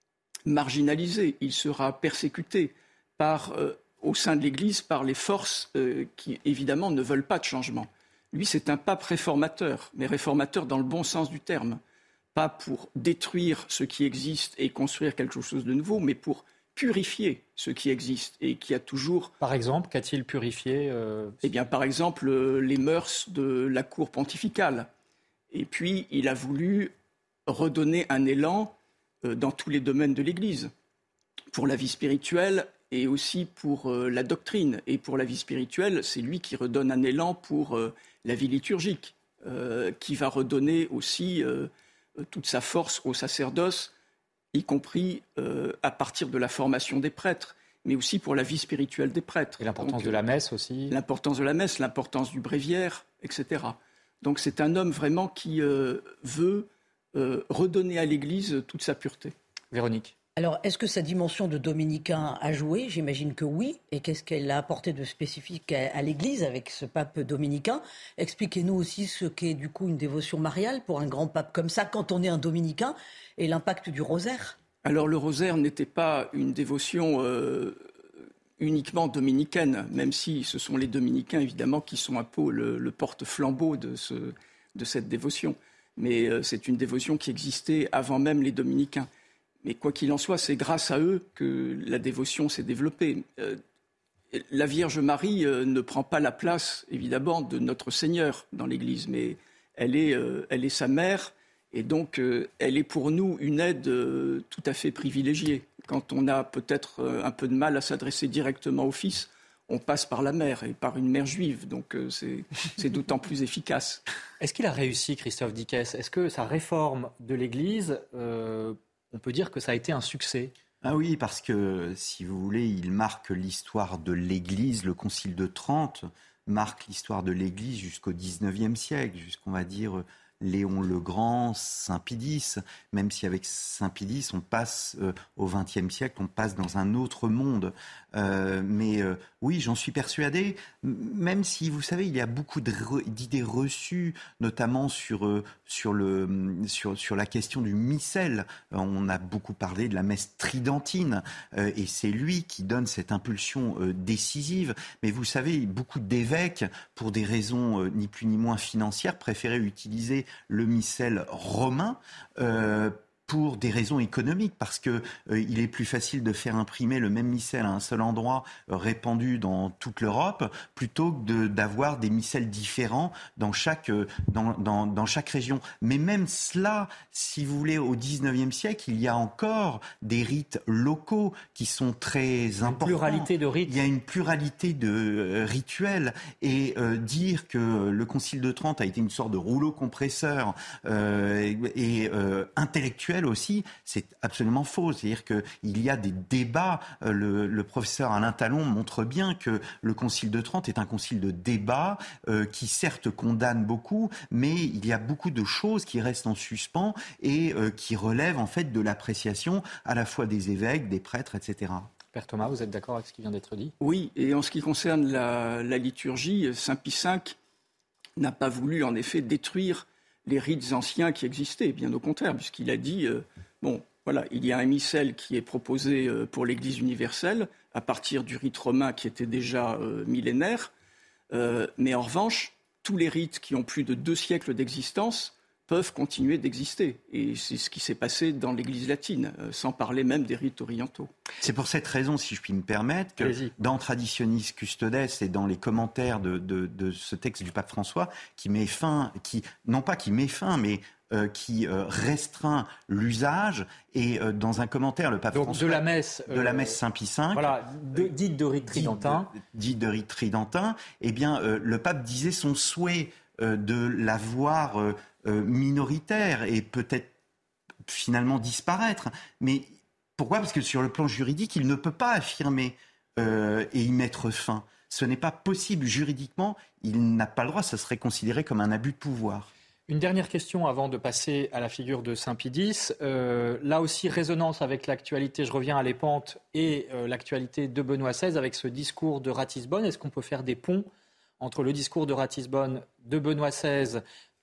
marginalisé, il sera persécuté par, euh, au sein de l'Église par les forces euh, qui, évidemment, ne veulent pas de changement. Lui, c'est un pape réformateur, mais réformateur dans le bon sens du terme. Pas pour détruire ce qui existe et construire quelque chose de nouveau, mais pour purifier ce qui existe et qui a toujours... Par exemple, qu'a-t-il purifié euh... Eh bien, par exemple, euh, les mœurs de la cour pontificale. Et puis, il a voulu redonner un élan euh, dans tous les domaines de l'Église, pour la vie spirituelle et aussi pour euh, la doctrine. Et pour la vie spirituelle, c'est lui qui redonne un élan pour euh, la vie liturgique, euh, qui va redonner aussi euh, toute sa force au sacerdoce, y compris euh, à partir de la formation des prêtres, mais aussi pour la vie spirituelle des prêtres. Et l'importance Donc, de la messe aussi. L'importance de la messe, l'importance du bréviaire, et cetera. Donc c'est un homme vraiment qui euh, veut euh, redonner à l'Église toute sa pureté. Véronique. Alors, est-ce que sa dimension de dominicain a joué ? J'imagine que oui. Et qu'est-ce qu'elle a apporté de spécifique à, à l'Église avec ce pape dominicain ? Expliquez-nous aussi ce qu'est du coup une dévotion mariale pour un grand pape comme ça, quand on est un dominicain, et l'impact du rosaire. Alors, le rosaire n'était pas une dévotion euh, uniquement dominicaine, même si ce sont les dominicains, évidemment, qui sont un peu le, le porte-flambeau de, ce, de cette dévotion. Mais euh, c'est une dévotion qui existait avant même les dominicains. Mais quoi qu'il en soit, c'est grâce à eux que la dévotion s'est développée. Euh, la Vierge Marie euh, ne prend pas la place, évidemment, de notre Seigneur dans l'Église, mais elle est, euh, elle est sa mère, et donc euh, elle est pour nous une aide euh, tout à fait privilégiée. Quand on a peut-être euh, un peu de mal à s'adresser directement au Fils, on passe par la mère, et par une mère juive, donc euh, c'est, c'est d'autant plus efficace. Est-ce qu'il a réussi, Christophe Dickès ? Est-ce que sa réforme de l'Église... Euh, on peut dire que ça a été un succès. Ah oui, parce que, si vous voulez, il marque l'histoire de l'Église. Le Concile de Trente marque l'histoire de l'Église jusqu'au dix-neuvième siècle, jusqu'on va dire Léon le Grand, Saint Pie X. Même si avec Saint Pie X, on passe euh, au vingtième siècle, on passe dans un autre monde. Euh, mais euh, oui, j'en suis persuadé, même si, vous savez, il y a beaucoup de re, d'idées reçues, notamment sur, euh, sur, le, sur, sur la question du missel. Euh, on a beaucoup parlé de la messe tridentine, euh, et c'est lui qui donne cette impulsion euh, décisive. Mais vous savez, beaucoup d'évêques, pour des raisons euh, ni plus ni moins financières, préféraient utiliser le missel romain, euh, pour des raisons économiques, parce que euh, il est plus facile de faire imprimer le même missel à un seul endroit, euh, répandu dans toute l'Europe, plutôt que de, d'avoir des missels différents dans chaque, euh, dans, dans, dans chaque région. Mais même cela, si vous voulez, au dix-neuvième siècle, il y a encore des rites locaux qui sont très importants. Une pluralité de rites. Il y a une pluralité de euh, rituels. Et euh, dire que le Concile de Trente a été une sorte de rouleau compresseur euh, et, et euh, intellectuel aussi, c'est absolument faux. C'est-à-dire qu'il y a des débats. Le, le professeur Alain Talon montre bien que le Concile de Trente est un concile de débat euh, qui certes condamne beaucoup, mais il y a beaucoup de choses qui restent en suspens et euh, qui relèvent en fait de l'appréciation à la fois des évêques, des prêtres, et cetera. Père Thomas, vous êtes d'accord avec ce qui vient d'être dit ? Oui, et en ce qui concerne la, la liturgie, Saint Pie cinq n'a pas voulu en effet détruire les rites anciens qui existaient, bien au contraire, puisqu'il a dit, euh, bon, voilà, il y a un missel qui est proposé euh, pour l'Église universelle, à partir du rite romain qui était déjà euh, millénaire, euh, mais en revanche, tous les rites qui ont plus de deux siècles d'existence peuvent continuer d'exister. Et c'est ce qui s'est passé dans l'Église latine, euh, sans parler même des rites orientaux. C'est pour cette raison, si je puis me permettre, que Allez-y. Dans Traditionis Custodes et dans les commentaires de, de, de ce texte du pape François, qui met fin, qui, non pas qui met fin, mais euh, qui euh, restreint l'usage, et euh, dans un commentaire, le pape Donc, François... de la messe... de la messe Saint Pie cinq. Voilà, de, dite de rite tridentin. Dite de, de rite tridentin. Eh bien, euh, le pape disait son souhait euh, de la voir... Euh, Euh, minoritaire et peut-être finalement disparaître. Mais pourquoi ? Parce que sur le plan juridique, il ne peut pas affirmer euh, et y mettre fin. Ce n'est pas possible juridiquement. Il n'a pas le droit. Ça serait considéré comme un abus de pouvoir. Une dernière question avant de passer à la figure de Saint Pie X. Euh, là aussi, résonance avec l'actualité, je reviens à l'Épante, et euh, l'actualité de Benoît seize avec ce discours de Ratisbonne. Est-ce qu'on peut faire des ponts entre le discours de Ratisbonne de Benoît seize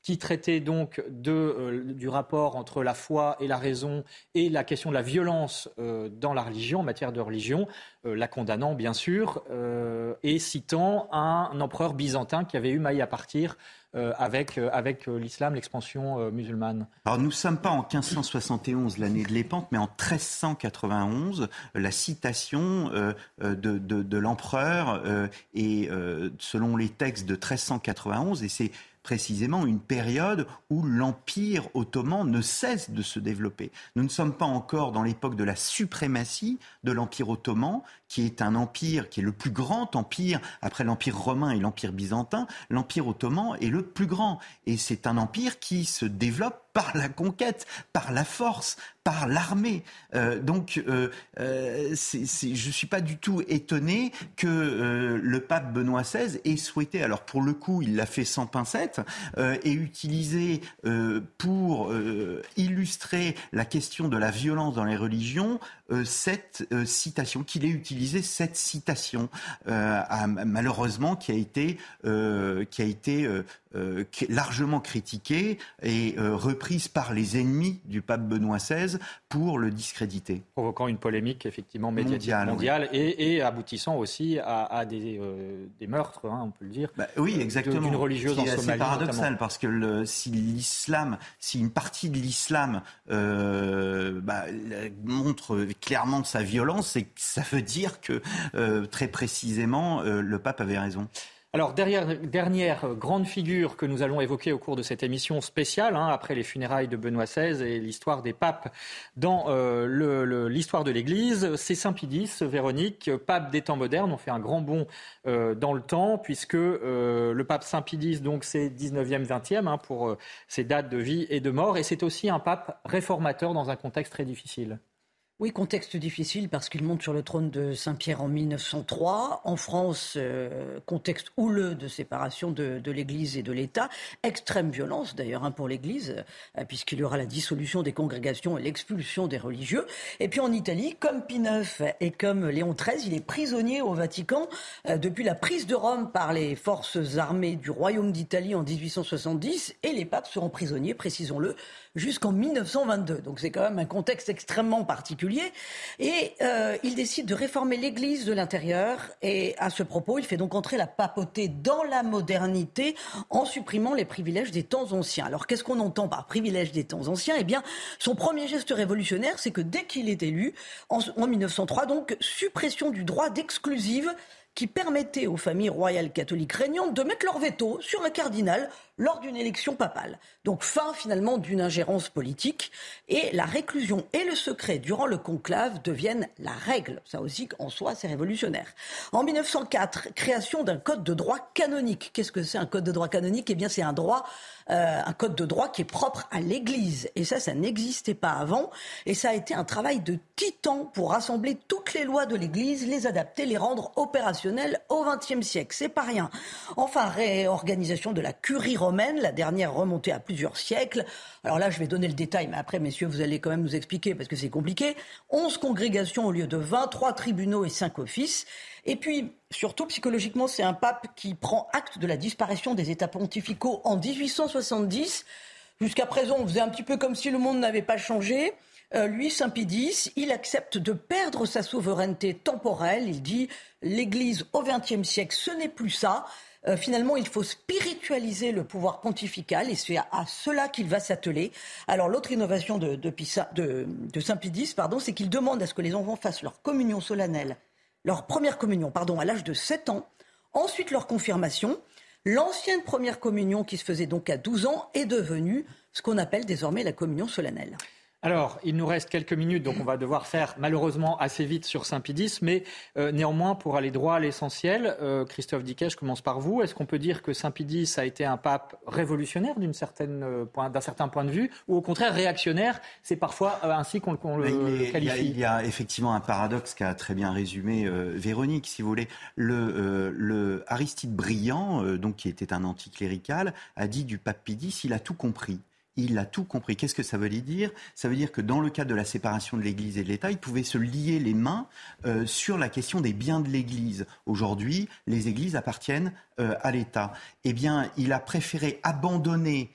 qui traitait donc de, euh, du rapport entre la foi et la raison et la question de la violence euh, dans la religion, en matière de religion, euh, la condamnant bien sûr, euh, et citant un empereur byzantin qui avait eu maille à partir euh, avec, euh, avec euh, l'islam, l'expansion euh, musulmane. Alors nous ne sommes pas en quinze cent soixante et onze, l'année de l'épante, mais en treize cent quatre-vingt-onze, la citation euh, de, de, de l'empereur euh, est euh, selon les textes de treize cent quatre-vingt-onze, et c'est précisément une période où l'Empire ottoman ne cesse de se développer. Nous ne sommes pas encore dans l'époque de la suprématie de l'Empire ottoman, qui est un empire, qui est le plus grand empire, après l'Empire romain et l'Empire byzantin. L'Empire ottoman est le plus grand. Et c'est un empire qui se développe par la conquête, par la force, par l'armée. Euh, donc, euh, euh, c'est, c'est, je ne suis pas du tout étonné que euh, le pape Benoît seize ait souhaité, alors pour le coup, il l'a fait sans pincette, euh, et utilisé euh, pour euh, illustrer la question de la violence dans les religions, euh, cette euh, citation, qu'il ait utilisé cette citation, euh, à, malheureusement, qui a été, euh, qui a été euh, euh, largement critiquée et euh, reprise par les ennemis du pape Benoît seize pour le discréditer. Provoquant une polémique effectivement médiatique mondiale, mondiale oui. et, et aboutissant aussi à, à des, euh, des meurtres, hein, on peut le dire. Bah, oui, exactement. D'une religieuse en Somalie. C'est paradoxal notamment. Parce que le, si l'islam, si une partie de l'islam euh, bah, montre clairement sa violence, c'est, ça veut dire que euh, très précisément euh, le pape avait raison. Alors, derrière, dernière grande figure que nous allons évoquer au cours de cette émission spéciale, hein, après les funérailles de Benoît seize et l'histoire des papes dans euh, le, le, l'histoire de l'Église, c'est Saint Pie X, Véronique, pape des temps modernes. On fait un grand bond euh, dans le temps, puisque euh, le pape Saint Pie X, donc, c'est dix-neuvième, vingtième, hein, pour euh, ses dates de vie et de mort. Et c'est aussi un pape réformateur dans un contexte très difficile. Oui, contexte difficile parce qu'il monte sur le trône de Saint-Pierre en mille neuf cent trois. En France, euh, contexte houleux de séparation de, de l'Église et de l'État. Extrême violence d'ailleurs hein, pour l'Église, euh, puisqu'il y aura la dissolution des congrégations et l'expulsion des religieux. Et puis en Italie, comme Pie neuf et comme Léon treize, il est prisonnier au Vatican euh, depuis la prise de Rome par les forces armées du Royaume d'Italie en dix-huit cent soixante-dix. Et les papes seront prisonniers, précisons-le, jusqu'en mille neuf cent vingt-deux. Donc c'est quand même un contexte extrêmement particulier. Et euh, il décide de réformer l'Église de l'intérieur. Et à ce propos, il fait donc entrer la papauté dans la modernité en supprimant les privilèges des temps anciens. Alors qu'est-ce qu'on entend par privilèges des temps anciens ? Eh bien, son premier geste révolutionnaire, c'est que dès qu'il est élu, en, en mille neuf cent trois, donc, suppression du droit d'exclusive qui permettait aux familles royales catholiques régnantes de mettre leur veto sur un cardinal lors d'une élection papale. Donc fin finalement d'une ingérence politique et la réclusion et le secret durant le conclave deviennent la règle. Ça aussi en soi c'est révolutionnaire. En mille neuf cent quatre, création d'un code de droit canonique. Qu'est-ce que c'est un code de droit canonique ? Eh bien c'est un droit, euh, un code de droit qui est propre à l'Église. Et ça, ça n'existait pas avant. Et ça a été un travail de titan pour rassembler toutes les lois de l'Église, les adapter, les rendre opérationnelles au vingtième siècle. C'est pas rien. Enfin, réorganisation de la curie romaine, la dernière remontée à plusieurs siècles. Alors là, je vais donner le détail, mais après, messieurs, vous allez quand même nous expliquer parce que c'est compliqué. onze congrégations au lieu de vingt, trois tribunaux et cinq offices. Et puis, surtout, psychologiquement, c'est un pape qui prend acte de la disparition des États pontificaux en dix-huit cent soixante-dix. Jusqu'à présent, on faisait un petit peu comme si le monde n'avait pas changé. Euh, lui, Saint Pie X, il accepte de perdre sa souveraineté temporelle. Il dit « l'Église au vingtième siècle, ce n'est plus ça ». Euh, finalement, il faut spiritualiser le pouvoir pontifical et c'est à, à cela qu'il va s'atteler. Alors, l'autre innovation de, de, Pisa, de, de Saint Pie X, pardon, c'est qu'il demande à ce que les enfants fassent leur communion solennelle, leur première communion, pardon, à l'âge de sept ans, ensuite leur confirmation. L'ancienne première communion, qui se faisait donc à douze ans, est devenue ce qu'on appelle désormais la communion solennelle. Alors, il nous reste quelques minutes, donc on va devoir faire malheureusement assez vite sur Saint Pie X, mais euh, néanmoins, pour aller droit à l'essentiel, euh, Christophe Diquet, je commence par vous. Est-ce qu'on peut dire que Saint Pie X a été un pape révolutionnaire d'une certaine, euh, point, d'un certain point de vue, ou au contraire réactionnaire ? C'est parfois euh, ainsi qu'on, qu'on le il est, qualifie. Il y, a, il y a effectivement un paradoxe qu'a très bien résumé euh, Véronique, si vous voulez. Le, euh, le Aristide Briand, euh, donc, qui était un anticlérical, a dit du pape Pie X, il a tout compris. Il a tout compris. Qu'est-ce que ça veut dire ? Ça veut dire que dans le cadre de la séparation de l'Église et de l'État, il pouvait se lier les mains euh, sur la question des biens de l'Église. Aujourd'hui, les Églises appartiennent euh, à l'État. Eh bien, il a préféré abandonner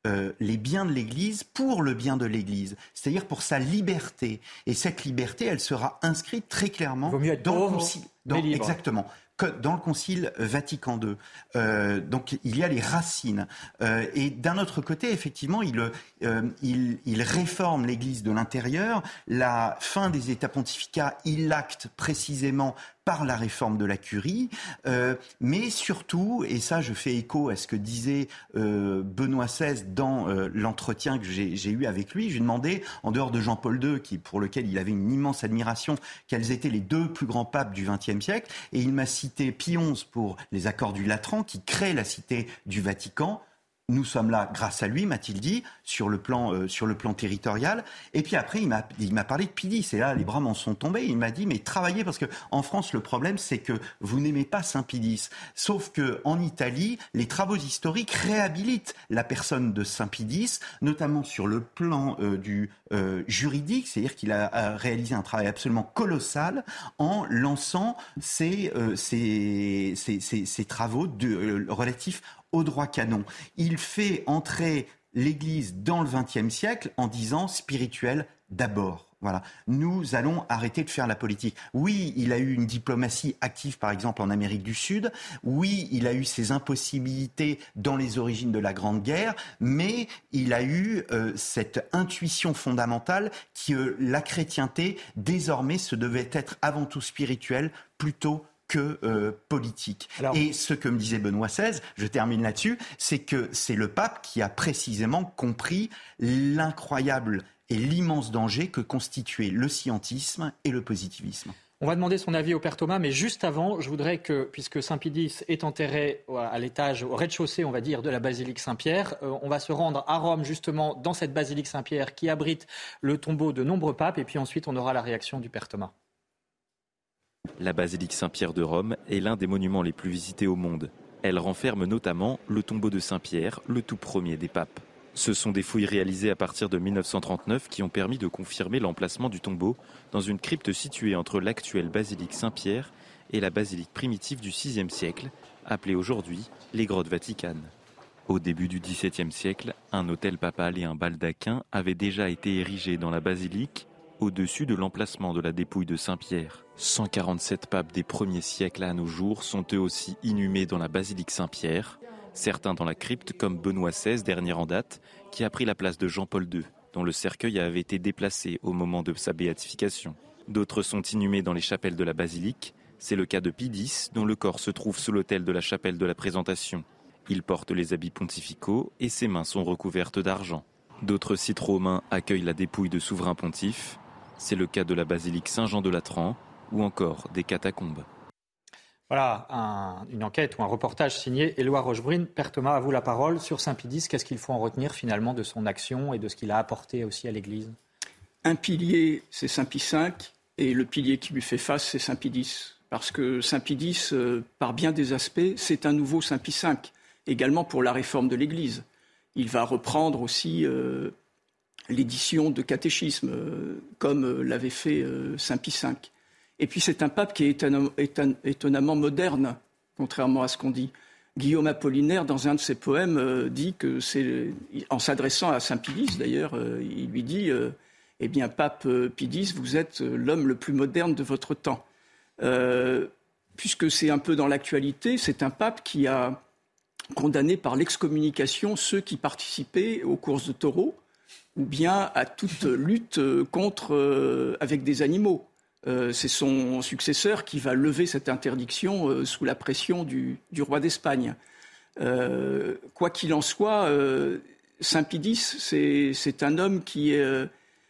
euh, les biens de l'Église pour le bien de l'Église, c'est-à-dire pour sa liberté. Et cette liberté, elle sera inscrite très clairement Il vaut mieux être dans pauvre, le concile. Dans, mais libre. Exactement. Dans le Concile Vatican deux. Euh, donc il y a les racines. Euh, et d'un autre côté, effectivement, il, euh, il, il réforme l'Église de l'intérieur. La fin des États pontificats, il l'acte précisément par la réforme de la curie, euh, mais surtout, et ça je fais écho à ce que disait euh, Benoît seize dans euh, l'entretien que j'ai, j'ai eu avec lui, je lui ai demandé, en dehors de Jean-Paul deux, qui, pour lequel il avait une immense admiration, quels étaient les deux plus grands papes du vingtième siècle, et il m'a cité Pie onze pour les accords du Latran, qui créent la cité du Vatican. Nous sommes là grâce à lui, m'a-t-il dit, sur le plan, euh, sur le plan territorial. Et puis après, il m'a, il m'a parlé de Pie dix. Et là, les bras m'en sont tombés. Il m'a dit, mais travaillez, parce qu'en France, le problème, c'est que vous n'aimez pas Saint Pie dix. Sauf qu'en Italie, les travaux historiques réhabilitent la personne de Saint Pie dix, notamment sur le plan euh, du euh, juridique. C'est-à-dire qu'il a, a réalisé un travail absolument colossal en lançant ses, euh, ses, ses, ses, ses travaux de, euh, relatifs au droit canon. Il fait entrer l'Église dans le vingtième siècle en disant spirituel d'abord. Voilà. Nous allons arrêter de faire la politique. Oui, il a eu une diplomatie active, par exemple, en Amérique du Sud. Oui, il a eu ses impossibilités dans les origines de la Grande Guerre. Mais il a eu euh, cette intuition fondamentale que euh, la chrétienté, désormais, se devait être avant tout spirituelle, plutôt que euh, politique. Alors, et ce que me disait Benoît seize, je termine là-dessus, c'est que c'est le pape qui a précisément compris l'incroyable et l'immense danger que constituaient le scientisme et le positivisme. On va demander son avis au Père Thomas, mais juste avant, je voudrais que, puisque Saint Pie dix est enterré à l'étage, au rez-de-chaussée, on va dire, de la basilique Saint-Pierre, euh, on va se rendre à Rome, justement, dans cette basilique Saint-Pierre qui abrite le tombeau de nombreux papes, et puis ensuite on aura la réaction du Père Thomas. La basilique Saint-Pierre de Rome est l'un des monuments les plus visités au monde. Elle renferme notamment le tombeau de Saint-Pierre, le tout premier des papes. Ce sont des fouilles réalisées à partir de mille neuf cent trente-neuf qui ont permis de confirmer l'emplacement du tombeau dans une crypte située entre l'actuelle basilique Saint-Pierre et la basilique primitive du sixième siècle, appelée aujourd'hui les grottes vaticanes. Au début du dix-septième siècle, un autel papal et un baldaquin avaient déjà été érigés dans la basilique, au-dessus de l'emplacement de la dépouille de Saint-Pierre. cent quarante-sept papes des premiers siècles à nos jours sont eux aussi inhumés dans la basilique Saint-Pierre, certains dans la crypte comme Benoît seize, dernier en date, qui a pris la place de Jean-Paul deux, dont le cercueil avait été déplacé au moment de sa béatification. D'autres sont inhumés dans les chapelles de la basilique, c'est le cas de Pie dix, dont le corps se trouve sous l'autel de la chapelle de la Présentation. Il porte les habits pontificaux et ses mains sont recouvertes d'argent. D'autres sites romains accueillent la dépouille de souverains pontifes. C'est le cas de la basilique Saint-Jean de Latran ou encore des catacombes. Voilà, un, une enquête ou un reportage signé Éloi Rochebrune. Père Thomas, à vous la parole. Sur Saint Pie dix, qu'est-ce qu'il faut en retenir finalement de son action et de ce qu'il a apporté aussi à l'Église ? Un pilier, c'est Saint Pie cinq, et le pilier qui lui fait face, c'est Saint Pie dix. Parce que Saint Pie dix, euh, par bien des aspects, c'est un nouveau Saint Pie cinq, également pour la réforme de l'Église. Il va reprendre aussi euh, l'édition de catéchisme, euh, comme euh, l'avait fait euh, Saint Pie cinq. Et puis c'est un pape qui est étonnamment, étonnamment moderne, contrairement à ce qu'on dit. Guillaume Apollinaire, dans un de ses poèmes, euh, dit que c'est, en s'adressant à Saint Pie dix d'ailleurs, euh, il lui dit euh, « Eh bien, pape Pie dix, vous êtes l'homme le plus moderne de votre temps. Euh, » Puisque c'est un peu dans l'actualité, c'est un pape qui a condamné par l'excommunication ceux qui participaient aux courses de taureaux, ou bien à toute lutte contre, euh, avec des animaux. Euh, c'est son successeur qui va lever cette interdiction euh, sous la pression du, du roi d'Espagne. Euh, quoi qu'il en soit, euh, Saint Pie dix, c'est, c'est un homme qui est, euh,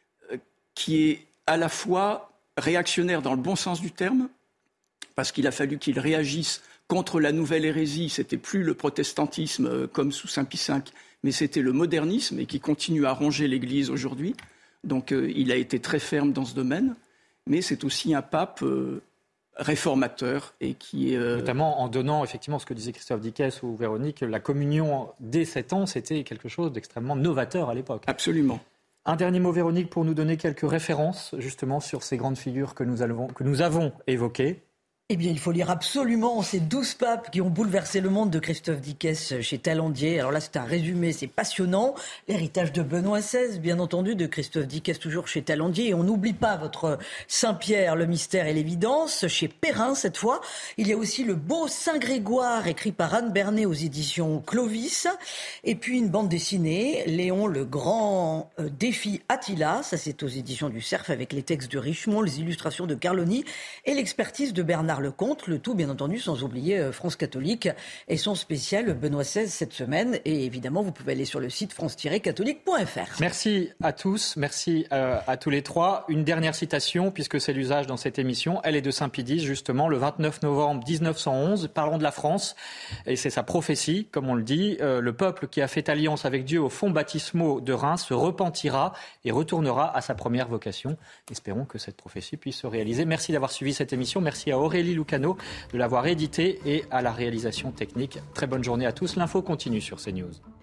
qui est à la fois réactionnaire dans le bon sens du terme, parce qu'il a fallu qu'il réagisse contre la nouvelle hérésie. C'était plus le protestantisme euh, comme sous Saint Pie cinq, mais c'était le modernisme et qui continue à ronger l'Église aujourd'hui. Donc euh, il a été très ferme dans ce domaine. Mais c'est aussi un pape euh, réformateur et qui est... Euh... Notamment en donnant, effectivement, ce que disait Christophe Dickès ou Véronique, la communion dès sept ans, c'était quelque chose d'extrêmement novateur à l'époque. Absolument. Un dernier mot, Véronique, pour nous donner quelques références, justement, sur ces grandes figures que nous avons, que nous avons évoquées. Eh bien, il faut lire absolument ces douze papes qui ont bouleversé le monde de Christophe Dickès chez Talandier. Alors là, c'est un résumé, c'est passionnant. L'héritage de Benoît seize, bien entendu, de Christophe Dickès, toujours chez Talandier. Et on n'oublie pas votre Saint-Pierre, le mystère et l'évidence, chez Perrin cette fois. Il y a aussi le beau Saint-Grégoire, écrit par Anne Bernet aux éditions Clovis. Et puis une bande dessinée, Léon, le grand euh, défi Attila. Ça, c'est aux éditions du Cerf, avec les textes de Richemont, les illustrations de Carloni et l'expertise de Bernard Lecomte, le tout bien entendu sans oublier France Catholique et son spécial Benoît seize cette semaine. Et évidemment, vous pouvez aller sur le site france tiret catholique point f r. Merci à tous, merci euh, à tous les trois. Une dernière citation, puisque c'est l'usage dans cette émission, elle est de Saint-Pédis, justement, le vingt-neuf novembre dix-neuf cent onze. Parlons de la France, et c'est sa prophétie, comme on le dit. Euh, le peuple qui a fait alliance avec Dieu au fonts baptismaux de Reims se repentira et retournera à sa première vocation. Espérons que cette prophétie puisse se réaliser. Merci d'avoir suivi cette émission. Merci à Aurélie Lucano de l'avoir édité et à la réalisation technique. Très bonne journée à tous. L'info continue sur CNews.